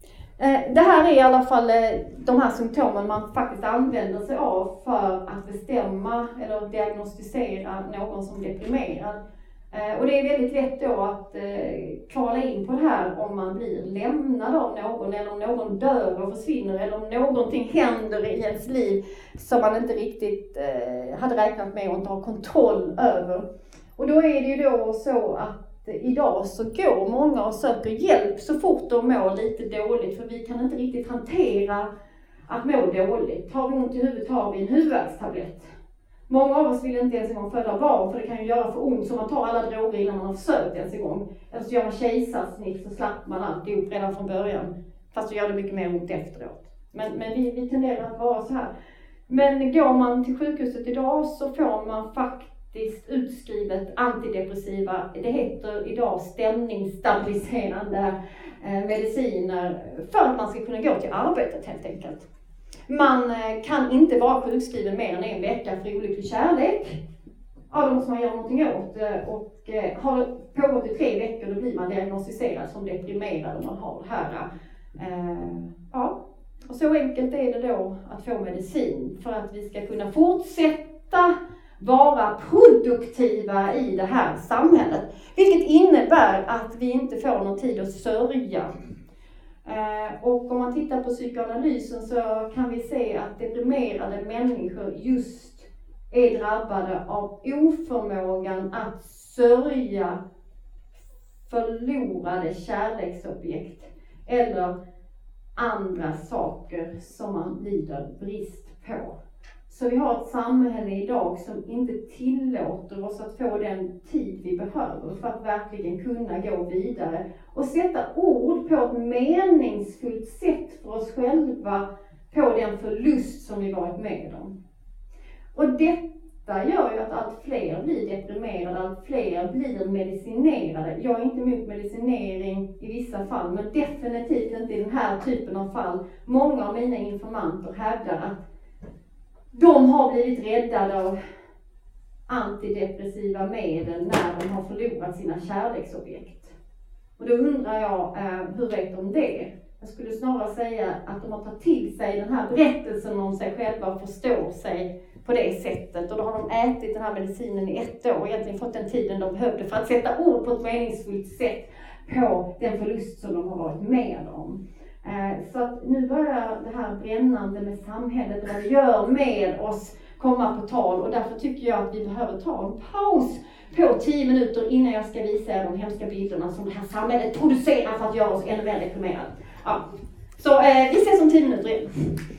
Det här är i alla fall de här symptomen man faktiskt använder sig av för att bestämma eller diagnostisera någon som deprimerad. Och det är väldigt lätt då att kvala in på det här om man blir lämnad av någon eller om någon dör och försvinner eller om någonting händer i ens liv som man inte riktigt hade räknat med och inte har kontroll över. Och då är det ju då så att idag så går många och söker hjälp så fort de mår lite dåligt, för vi kan inte riktigt hantera att må dåligt. Har vi ont i huvudet har vi en huvudvärkstablett. Många av oss vill inte ens en gång föda barn, för det kan ju göra för ont så man tar alla droger innan man har försökt ens en gång. Eller så gör man kejsarsnitt så slapp man alltihop redan från början, fast så gör det mycket mer ont efteråt. Men vi tenderar att vara så här. Men går man till sjukhuset idag så får man faktiskt utskrivet antidepressiva, det heter idag stämningsstabiliserande mediciner för att man ska kunna gå till arbetet helt enkelt. Man kan inte vara sjukskriven mer än 1 vecka för olycklig kärlek. Ja, då måste man göra någonting åt och har det pågått i 3 veckor då blir man diagnostiserad som deprimerad om man har det här. Ja, och så enkelt är det då att få medicin för att vi ska kunna fortsätta vara produktiva i det här samhället. Vilket innebär att vi inte får någon tid att sörja. Och om man tittar på psykoanalysen så kan vi se att deprimerade människor just är drabbade av oförmågan att sörja förlorade kärleksobjekt eller andra saker som man lider brist på. Så vi har ett samhälle idag som inte tillåter oss att få den tid vi behöver för att verkligen kunna gå vidare och sätta ord på ett meningsfullt sätt för oss själva på den förlust som vi varit med om. Och detta gör ju att allt fler blir deprimerade, allt fler blir medicinerade. Jag är inte emot medicinering i vissa fall, men definitivt inte i den här typen av fall. Många av mina informanter hävdar att de har blivit räddade av antidepressiva medel när de har förlorat sina kärleksobjekt. Och då undrar jag, hur vet de det? Jag skulle snarare säga att de har tagit till sig den här berättelsen om sig själva och förstår sig på det sättet. Och då har de ätit den här medicinen i 1 år och egentligen fått den tiden de behövde för att sätta ord på ett meningsfullt sätt på den förlust som de har varit med om. Så att nu börjar det här brännande med samhället och vad det gör med oss komma på tal. Och därför tycker jag att vi behöver ta en paus på 10 minuter innan jag ska visa er de hemska bilderna som det här samhället producerar för att göra oss ännu mer deprimerade. Ja. Så vi ses om 10 minuter igen.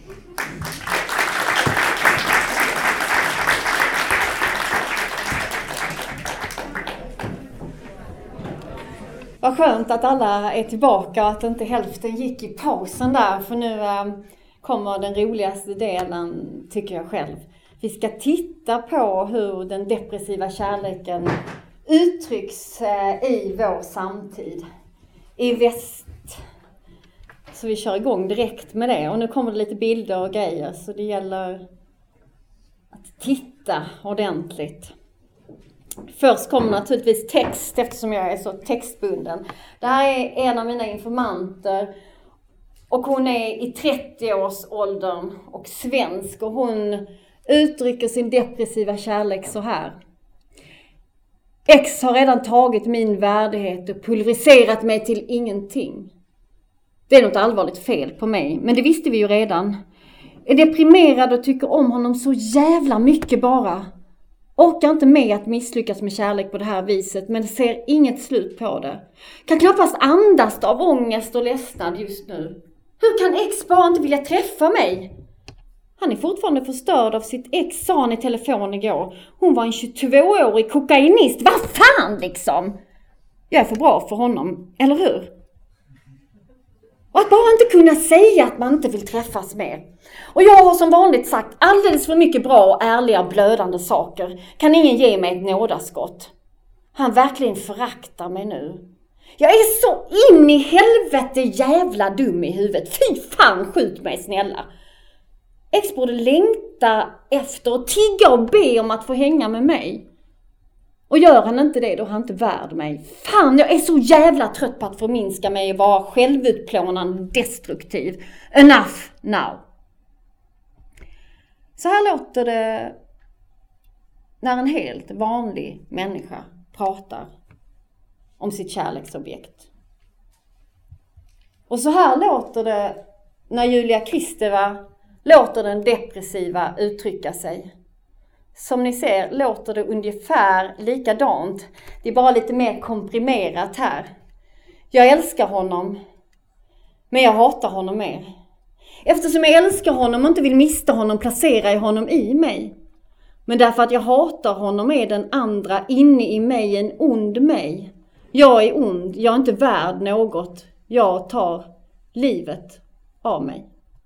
Vad skönt att alla är tillbaka och att inte hälften gick i pausen där. För nu kommer den roligaste delen, tycker jag själv. Vi ska titta på hur den depressiva kärleken uttrycks i vår samtid. I väst. Så vi kör igång direkt med det. Och nu kommer det lite bilder och grejer. Så det gäller att titta ordentligt. Först kommer naturligtvis text, eftersom jag är så textbunden. Det här är en av mina informanter. Och hon är i 30-årsåldern och svensk. Och hon uttrycker sin depressiva kärlek så här. X har redan tagit min värdighet och pulveriserat mig till ingenting. Det är något allvarligt fel på mig, men det visste vi ju redan. Är deprimerad och tycker om honom så jävla mycket bara. Orkar inte med att misslyckas med kärlek på det här viset, men ser inget slut på det. Kan knappast andas av ångest och ledsnad just nu. Hur kan X bara inte vilja träffa mig? Han är fortfarande förstörd av sitt ex, sa han i telefon igår. Hon var en 22-årig kokainist. Vad fan liksom? Jag är för bra för honom, eller hur? Och att bara inte kunna säga att man inte vill träffas mer. Och jag har som vanligt sagt alldeles för mycket bra och ärliga blödande saker. Kan ingen ge mig ett nådaskott? Han verkligen föraktar mig nu. Jag är så in i helvete jävla dum i huvudet. Fy fan, skjut mig snälla. Ex borde längta efter och tigga och be om att få hänga med mig. Och gör han inte det, då är han inte värd mig. Fan, jag är så jävla trött på att förminska mig och vara självutplånande destruktiv. Enough now. Så här låter det när en helt vanlig människa pratar om sitt kärleksobjekt. Och så här låter det när Julia Kristeva låter den depressiva uttrycka sig. Som ni ser låter det ungefär likadant. Det är bara lite mer komprimerat här. Jag älskar honom, men jag hatar honom mer. Eftersom jag älskar honom och inte vill mista honom placerar jag honom i mig. Men därför att jag hatar honom är den andra inne i mig en ond mig. Jag är ond, jag är inte värd något. Jag tar livet av mig.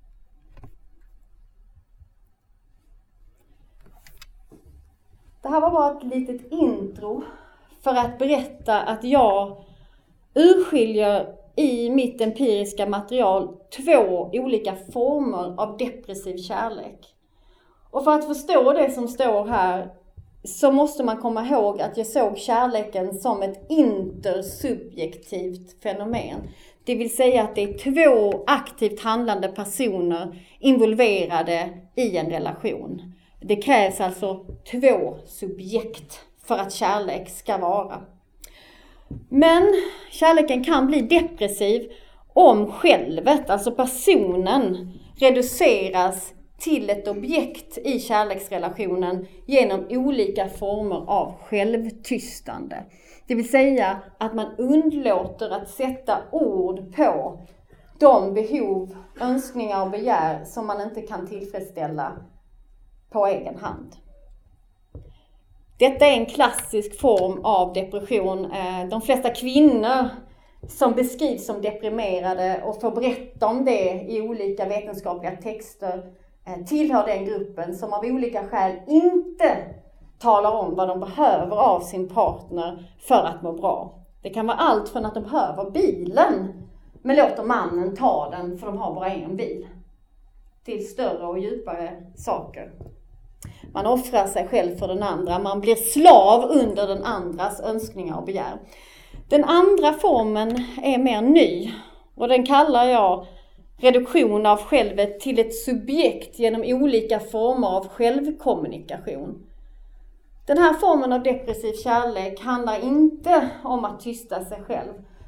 Det här var bara ett litet intro för att berätta att jag urskiljer i mitt empiriska material 2 olika former av depressiv kärlek. Och för att förstå det som står här så måste man komma ihåg att jag såg kärleken som ett intersubjektivt fenomen. Det vill säga att det är 2 aktivt handlande personer involverade i en relation. Det krävs alltså 2 subjekt för att kärlek ska vara. Men kärleken kan bli depressiv om självet, alltså personen, reduceras till ett objekt i kärleksrelationen genom olika former av självtystande. Det vill säga att man undlåter att sätta ord på de behov, önskningar och begär som man inte kan tillfredsställa på egen hand. Detta är en klassisk form av depression. De flesta kvinnor som beskrivs som deprimerade och får berätta om det i olika vetenskapliga texter tillhör den gruppen som av olika skäl inte talar om vad de behöver av sin partner för att må bra. Det kan vara allt från att de behöver bilen men låter mannen ta den för de har bara en bil, till större och djupare saker. Man offrar sig själv för den andra. Man blir slav under den andras önskningar och begär. Den andra formen är mer ny. Och den kallar jag reduktion av självet till ett subjekt genom olika former av självkommunikation. Den här formen av depressiv kärlek handlar inte om att tysta sig själv.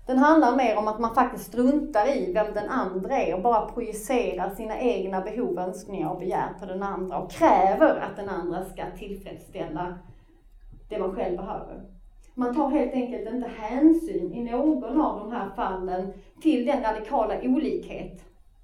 Den handlar mer om att man faktiskt struntar i vem den andra är och bara projicerar sina egna behov, önskningar och begär på den andra och kräver att den andra ska tillfredsställa det man själv behöver. Man tar helt enkelt inte hänsyn i någon av de här fallen till den radikala olikhet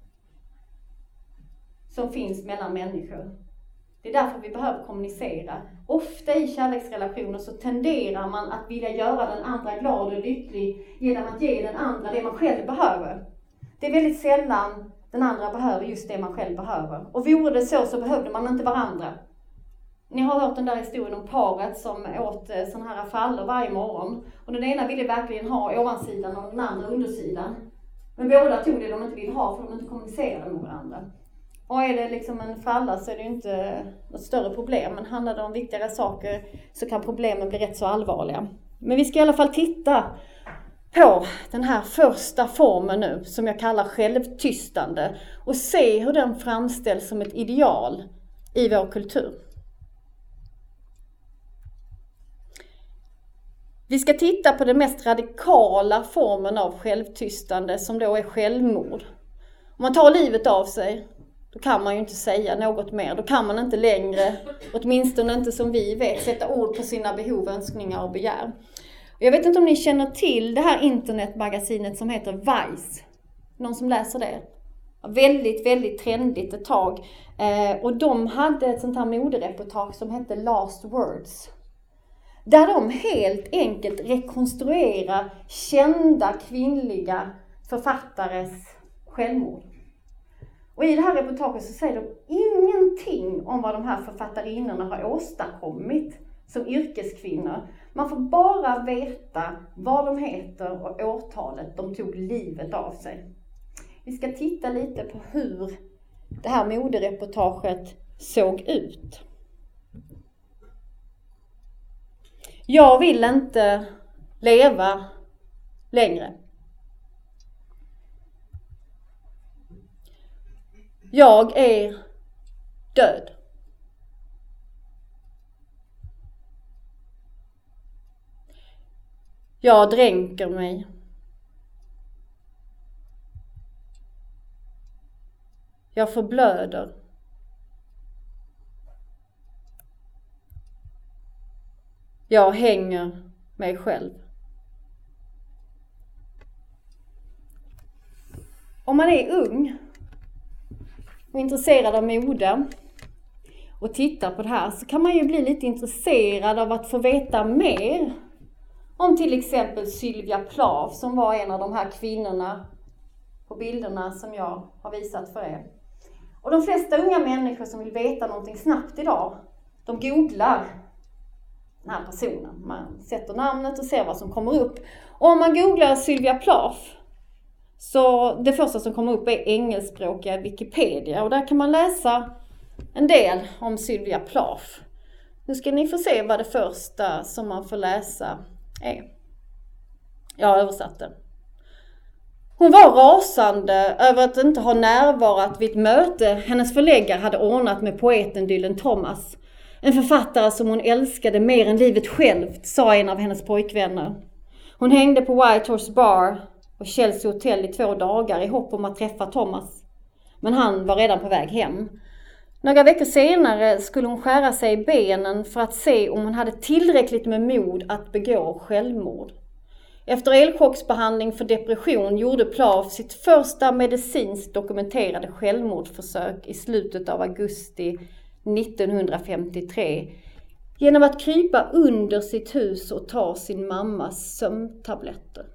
som finns mellan människor. Det är därför vi behöver kommunicera. Ofta i kärleksrelationer så tenderar man att vilja göra den andra glad och lycklig genom att ge den andra det man själv behöver. Det är väldigt sällan den andra behöver just det man själv behöver. Och vore det så behövde man inte varandra. Ni har hört den där historien om paret som åt såna här frallor varje morgon. Och den ena ville verkligen ha ovansidan och den andra undersidan. Men båda tog det de inte ville ha för de inte kommunicerade med varandra. Och är det liksom en fralla så är det ju inte något större problem. Men handlar det om viktigare saker så kan problemen bli rätt så allvarliga. Men vi ska i alla fall titta på den här första formen nu som jag kallar självtystande. Och se hur den framställs som ett ideal i vår kultur. Vi ska titta på den mest radikala formen av självtystande som då är självmord. Om man tar livet av sig, då kan man ju inte säga något mer. Då kan man inte längre, åtminstone inte som vi vet, sätta ord på sina behov, önskningar och begär. Och jag vet inte om ni känner till det här internetmagasinet som heter Vice. Någon som läser det? Väldigt, väldigt trendigt ett tag. Och de hade ett sånt här modereportage som hette Last Words. Där de helt enkelt rekonstruerar kända kvinnliga författares självmord. Och i det här reportaget så säger de ingenting om vad de här författarinnorna har åstadkommit som yrkeskvinnor. Man får bara veta vad de heter och årtalet de tog livet av sig. Vi ska titta lite på hur det här modereportaget såg ut. Jag vill inte leva längre. Jag är död. Jag dränker mig. Jag förblöder. Jag hänger mig själv. Om man är ung och intresserad av mode och tittar på det här så kan man ju bli lite intresserad av att få veta mer om till exempel Sylvia Plath som var en av de här kvinnorna på bilderna som jag har visat för er. Och de flesta unga människor som vill veta någonting snabbt idag, de googlar den här personen. Man sätter namnet och ser vad som kommer upp. Och om man googlar Sylvia Plath så det första som kommer upp är engelskspråkiga Wikipedia. Och där kan man läsa en del om Sylvia Plath. Nu ska ni få se vad det första som man får läsa är. Jag har översatt den. Hon var rasande över att inte ha närvarat vid ett möte hennes förläggare hade ordnat med poeten Dylan Thomas. En författare som hon älskade mer än livet självt, sa en av hennes pojkvänner. Hon hängde på White Horse Bar och Chelsea Hotel i 2 dagar i hopp om att träffa Thomas. Men han var redan på väg hem. Några veckor senare skulle hon skära sig i benen för att se om hon hade tillräckligt med mod att begå självmord. Efter elchocksbehandling för depression gjorde Plath sitt första medicinskt dokumenterade självmordsförsök i slutet av augusti 1953 genom att krypa under sitt hus och ta sin mammas sömntabletter.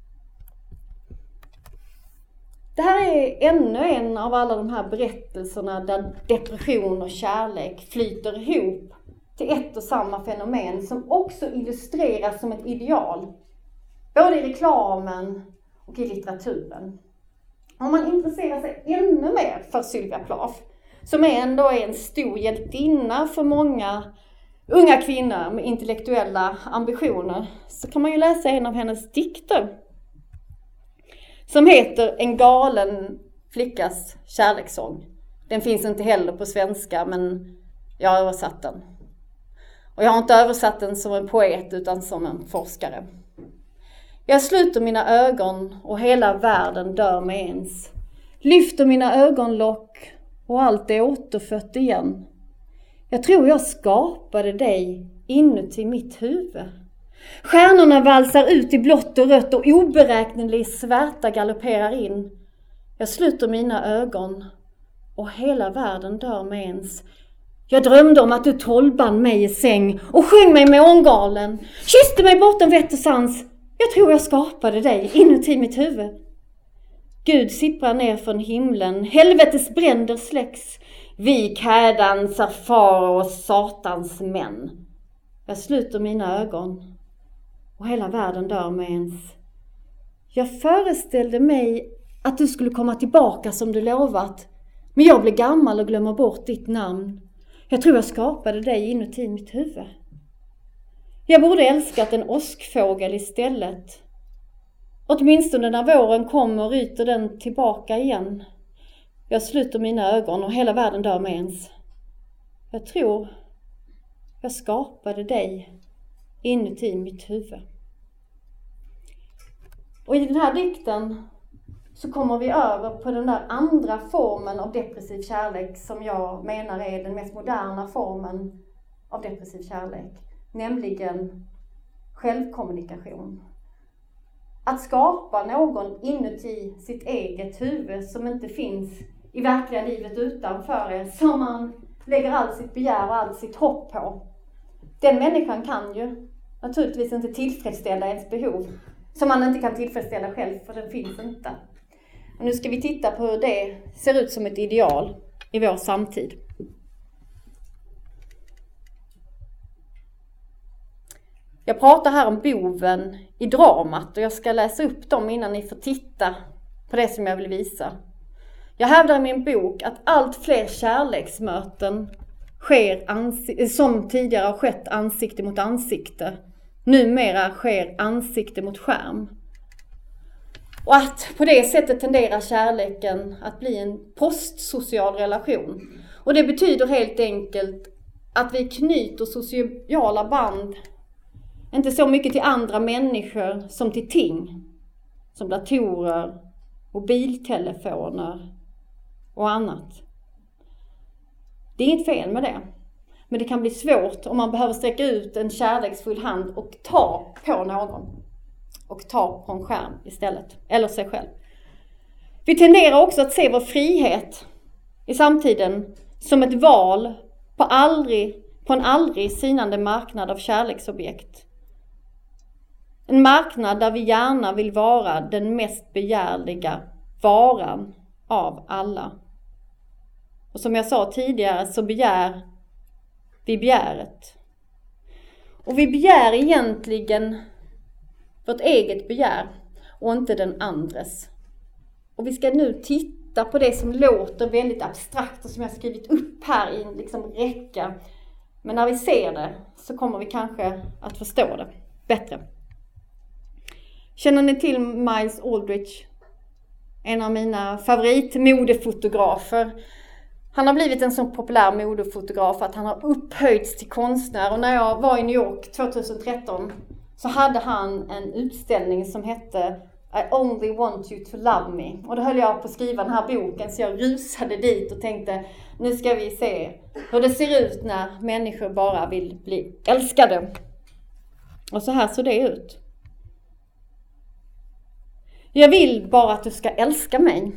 Det här är ännu en av alla de här berättelserna där depression och kärlek flyter ihop till ett och samma fenomen som också illustreras som ett ideal. Både i reklamen och i litteraturen. Om man intresserar sig ännu mer för Sylvia Plath, som ändå är en stor hjältinna för många unga kvinnor med intellektuella ambitioner, så kan man ju läsa en av hennes dikter som heter En galen flickas kärlekssång. Den finns inte heller på svenska, men jag har översatt den. Och jag har inte översatt den som en poet utan som en forskare. Jag sluter mina ögon och hela världen dör med ens. Lyfter mina ögonlock och allt är återfött igen. Jag tror jag skapade dig inuti mitt huvud. Stjärnorna valsar ut i blått och rött och oberäknelig svärta galopperar in. Jag sluter mina ögon och hela världen dör med ens. Jag drömde om att du trollband mig i säng och sjöng mig med ångalen. Kysste mig bortom vett och sans. Jag tror jag skapade dig inuti mitt huvud. Gud sipprar ner från himlen. Helvetes bränder släcks. Vi kärdansar far och satans män. Jag sluter mina ögon och hela världen dör med ens. Jag föreställde mig att du skulle komma tillbaka som du lovat. Men jag blev gammal och glömmer bort ditt namn. Jag tror jag skapade dig inuti mitt huvud. Jag borde älskat en åskfågel istället. Åtminstone när våren kommer ryter den tillbaka igen. Jag sluter mina ögon och hela världen dör med ens. Jag tror jag skapade dig inuti mitt huvud. Och i den här dikten så kommer vi över på den där andra formen av depressiv kärlek som jag menar är den mest moderna formen av depressiv kärlek. Nämligen självkommunikation. Att skapa någon inuti sitt eget huvud som inte finns i verkliga livet utanför er. Som man lägger allt sitt begär och allt sitt hopp på. Den människan kan ju naturligtvis inte tillfredsställa ens behov. Som man inte kan tillfredsställa själv, för den finns inte. Och nu ska vi titta på hur det ser ut som ett ideal i vår samtid. Jag pratar här om boven i dramat och jag ska läsa upp dem innan ni får titta på det som jag vill visa. Jag hävdar i min bok att allt fler kärleksmöten sker som tidigare har skett ansikte mot ansikte. Numera sker ansikte mot skärm. Och att på det sättet tenderar kärleken att bli en postsocial relation. Och det betyder helt enkelt att vi knyter sociala band inte så mycket till andra människor som till ting. Som datorer, mobiltelefoner och annat. Det är inget fel med det. Men det kan bli svårt om man behöver sträcka ut en kärleksfull hand och ta på någon. Och ta på en skärm istället. Eller sig själv. Vi tenderar också att se vår frihet i samtiden som ett val på en aldrig sinande marknad av kärleksobjekt. En marknad där vi gärna vill vara den mest begärliga varan av alla. Och som jag sa tidigare så begär vi begäret. Och vi begär egentligen vårt eget begär och inte den andres. Och vi ska nu titta på det som låter väldigt abstrakt och som jag skrivit upp här i en räcka. Men när vi ser det så kommer vi kanske att förstå det bättre. Känner ni till Miles Aldrich? En av mina favoritmodefotografer. Han har blivit en så populär modefotograf att han har upphöjts till konstnär. Och när jag var i New York 2013 så hade han en utställning som hette I only want you to love me. Och då höll jag på att skriva den här boken så jag rusade dit och tänkte nu ska vi se hur det ser ut när människor bara vill bli älskade. Och så här såg det ut. Jag vill bara att du ska älska mig.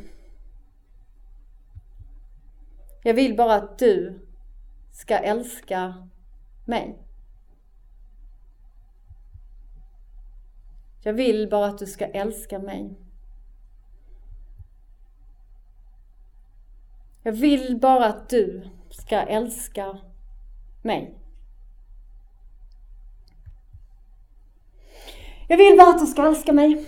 Jag vill bara att du ska älska mig. Jag vill bara att du ska älska mig. Jag vill bara att du ska älska mig. Jag vill bara att du ska älska mig.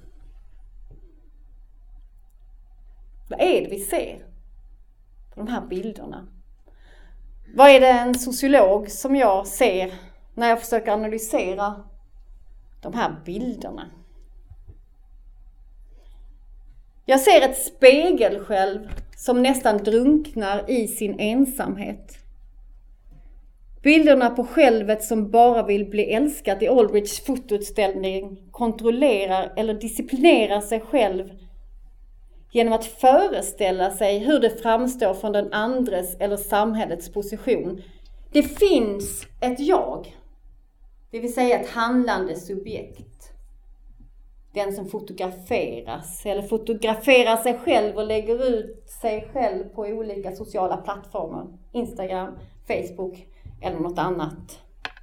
Vad är det vi ser på de här bilderna? Vad är det en sociolog som jag ser när jag försöker analysera de här bilderna? Jag ser ett spegelsjälv som nästan drunknar i sin ensamhet. Bilderna på självet som bara vill bli älskat i Aldrichs fotoutställning kontrollerar eller disciplinerar sig själv genom att föreställa sig hur det framstår från den andres eller samhällets position. Det finns ett jag, det vill säga ett handlande subjekt. Den som fotograferas eller fotograferar sig själv och lägger ut sig själv på olika sociala plattformar. Instagram, Facebook eller något annat.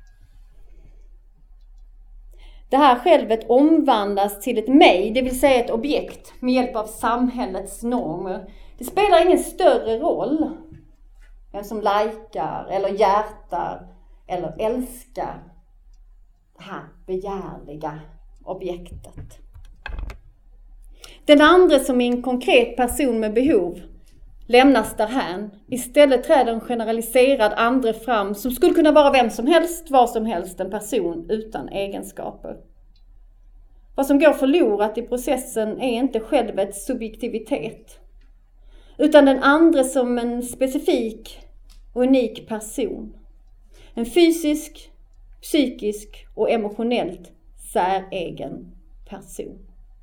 Det här självet omvandlas till ett mig, det vill säga ett objekt med hjälp av samhällets normer. Det spelar ingen större roll vem som likar eller hjärtar eller älskar det här begärliga objektet. Den andra som är en konkret person med behov lämnas därhän. Istället träder en generaliserad andre fram som skulle kunna vara vem som helst, var som helst, en person utan egenskaper. Vad som går förlorat i processen är inte självets subjektivitet, utan den andra som en specifik och unik person. En fysisk, psykisk och emotionellt säregen person.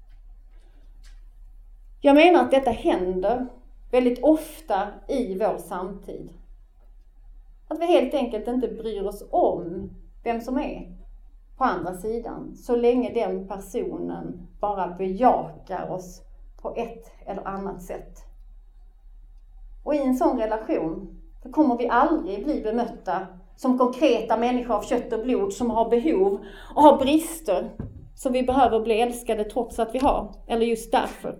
Jag menar att detta händer väldigt ofta i vår samtid. Att vi helt enkelt inte bryr oss om vem som är på andra sidan, så länge den personen bara bejakar oss på ett eller annat sätt. Och i en sån relation så kommer vi aldrig bli bemötta som konkreta människor av kött och blod som har behov och har brister som vi behöver bli älskade trots att vi har, eller just därför.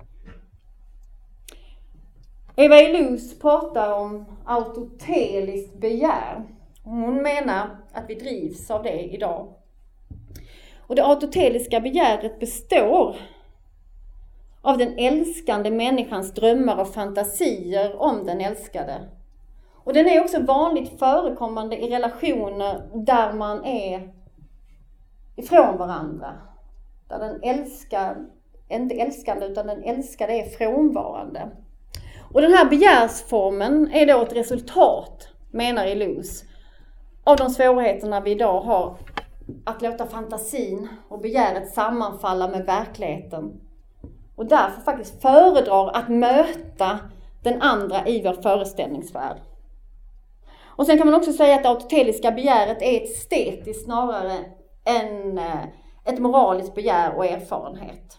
Eva Illouz pratar om autoteliskt begär. Hon menar att vi drivs av det idag. Och det autoteliska begäret består av den älskande människans drömmar och fantasier om den älskade. Och den är också vanligt förekommande i relationer där man är ifrån varandra. Där den inte älskande utan den älskade är frånvarande. Och den här begärsformen är då ett resultat, menar Illouz, av de svårigheterna vi idag har att låta fantasin och begäret sammanfalla med verkligheten. Och därför faktiskt föredrar att möta den andra i vår föreställningsvärld. Och sen kan man också säga att det autoteliska begäret är ett estetiskt snarare än ett moraliskt begär och erfarenhet.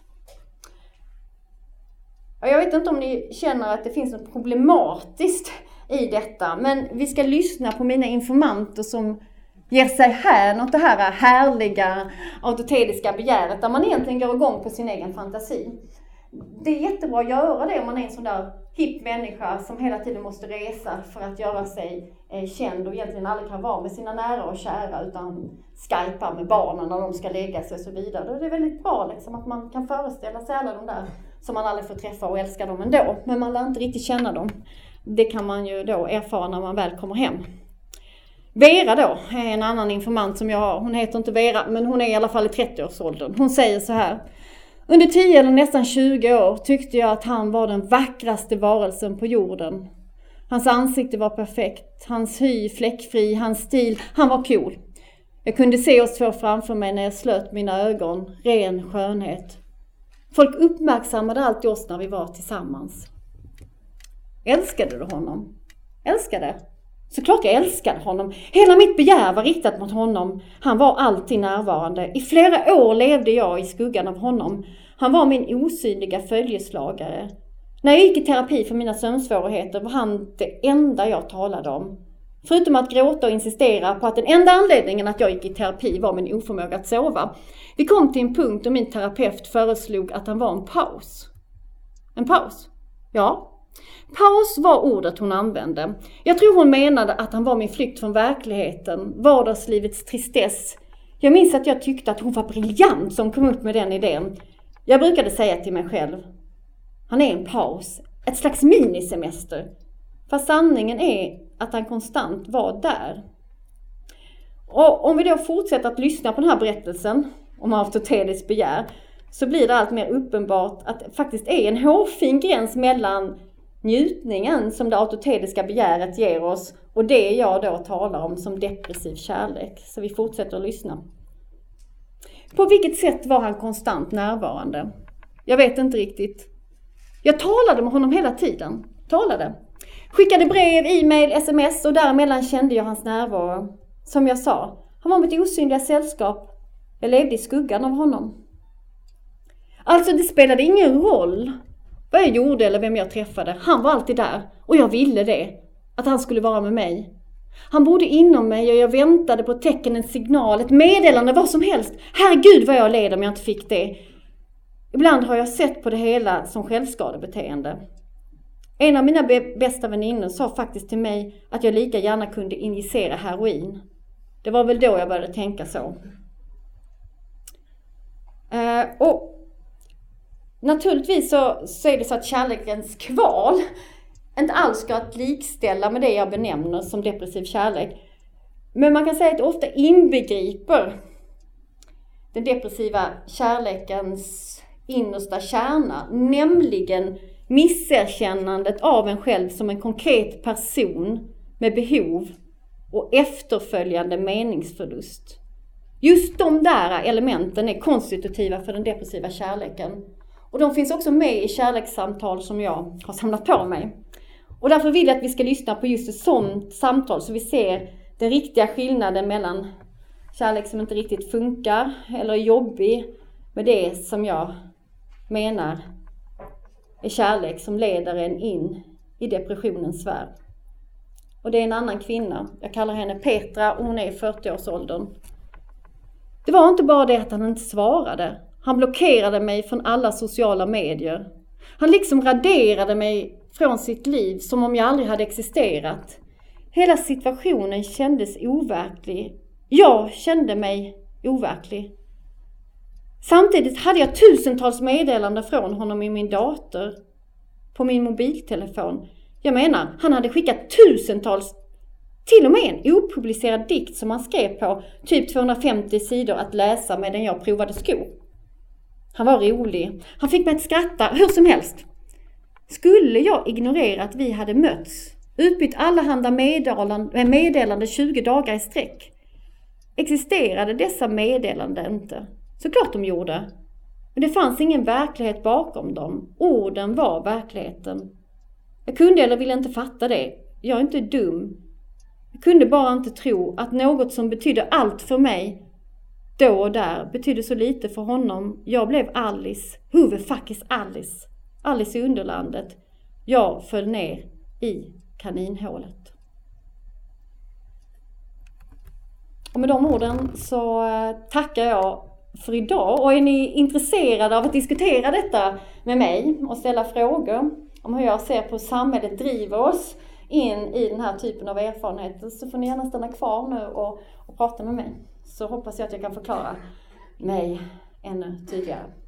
Jag vet inte om ni känner att det finns något problematiskt i detta, men vi ska lyssna på mina informanter som ger sig hän åt det här härliga autoteliska begäret där man egentligen går igång på sin egen fantasi. Det är jättebra att göra det om man är en sån där hipp människa som hela tiden måste resa för att göra sig känd och egentligen aldrig kan vara med sina nära och kära utan skypar med barnen när de ska lägga sig och så vidare. Då är det väldigt bra liksom, att man kan föreställa sig alla de där som man aldrig får träffa och älska dem ändå. Men man lär inte riktigt känna dem. Det kan man ju då erfara när man väl kommer hem. Vera då är en annan informant som jag har. Hon heter inte Vera, men hon är i alla fall i 30-årsåldern. Hon säger så här: under 10 eller nästan 20 år tyckte jag att han var den vackraste varelsen på jorden. Hans ansikte var perfekt, hans hy fläckfri, hans stil, han var cool. Jag kunde se oss två framför mig när jag slöt mina ögon, ren skönhet. Folk uppmärksammade alltid oss när vi var tillsammans. Älskade du honom? Älskade? Såklart jag älskade honom. Hela mitt begär var riktat mot honom. Han var alltid närvarande. I flera år levde jag i skuggan av honom. Han var min osynliga följeslagare. När jag gick i terapi för mina sömnsvårigheter var han det enda jag talade om. Förutom att gråta och insistera på att den enda anledningen att jag gick i terapi var min oförmåga att sova. Vi kom till en punkt då min terapeut föreslog att han var en paus. En paus? Ja. Paus var ordet hon använde. Jag tror hon menade att han var min flykt från verkligheten, vardagslivets tristess. Jag minns att jag tyckte att hon var briljant som kom upp med den idén. Jag brukade säga till mig själv: han är en paus, ett slags minisemester. Fast sanningen är att han konstant var där. Och om vi då fortsätter att lyssna på den här berättelsen om autoteliskt begär, så blir det allt mer uppenbart att det faktiskt är en hårfin gräns mellan njutningen som det autoteliska begäret ger oss och det jag då talar om som depressiv kärlek. Så vi fortsätter att lyssna. På vilket sätt var han konstant närvarande? Jag vet inte riktigt. Jag talade med honom hela tiden. Skickade brev, e-mail, sms och däremellan kände jag hans närvaro. Som jag sa, han var mitt osynliga sällskap. Jag levde i skuggan av honom. Alltså det spelade ingen roll vad jag gjorde eller vem jag träffade. Han var alltid där och jag ville det. Att han skulle vara med mig. Han bodde inom mig och jag väntade på ett tecken, en signal, ett meddelande, vad som helst. Herregud vad jag led om jag inte fick det. Ibland har jag sett på det hela som självskadebeteende. En av mina bästa väninnor sa faktiskt till mig att jag lika gärna kunde injicera heroin. Det var väl då jag började tänka så. Och naturligtvis så är det så att kärlekens kval inte alls ska att likställa med det jag benämner som depressiv kärlek. Men man kan säga att det ofta inbegriper den depressiva kärlekens innersta kärna. Nämligen misserkännandet av en själv som en konkret person med behov och efterföljande meningsförlust. Just de där elementen är konstitutiva för den depressiva kärleken. Och de finns också med i kärlekssamtal som jag har samlat på mig. Och därför vill jag att vi ska lyssna på just ett sådant samtal så vi ser den riktiga skillnaden mellan kärlek som inte riktigt funkar eller är jobbig med det som jag menar är kärlek som leder en in i depressionens värld. Och det är en annan kvinna. Jag kallar henne Petra och hon är i 40-årsåldern. Det var inte bara det att han inte svarade. Han blockerade mig från alla sociala medier. Han liksom raderade mig från sitt liv som om jag aldrig hade existerat. Hela situationen kändes overklig. Jag kände mig overklig. Samtidigt hade jag tusentals meddelanden från honom i min dator. På min mobiltelefon. Jag menar, han hade skickat tusentals, till och med en opublicerad dikt som han skrev på typ 250 sidor att läsa medan jag provade skor. Han var rolig. Han fick mig att skratta hur som helst. Skulle jag ignorera att vi hade mötts, utbytt allehanda meddelande 20 dagar i sträck? Existerade dessa meddelanden inte? Såklart de gjorde. Men det fanns ingen verklighet bakom dem. Orden var verkligheten. Jag kunde eller ville inte fatta det. Jag är inte dum. Jag kunde bara inte tro att något som betydde allt för mig då och där betydde så lite för honom. Jag blev Alice. Who the fuck is Alice? Alice i Underlandet. Jag föll ner i kaninhålet. Och med de orden så tackar jag för idag. Och är ni intresserade av att diskutera detta med mig och ställa frågor om hur jag ser på samhället driver oss in i den här typen av erfarenheter, så får ni gärna stanna kvar nu och prata med mig. Så hoppas jag att jag kan förklara mig ännu tydligare.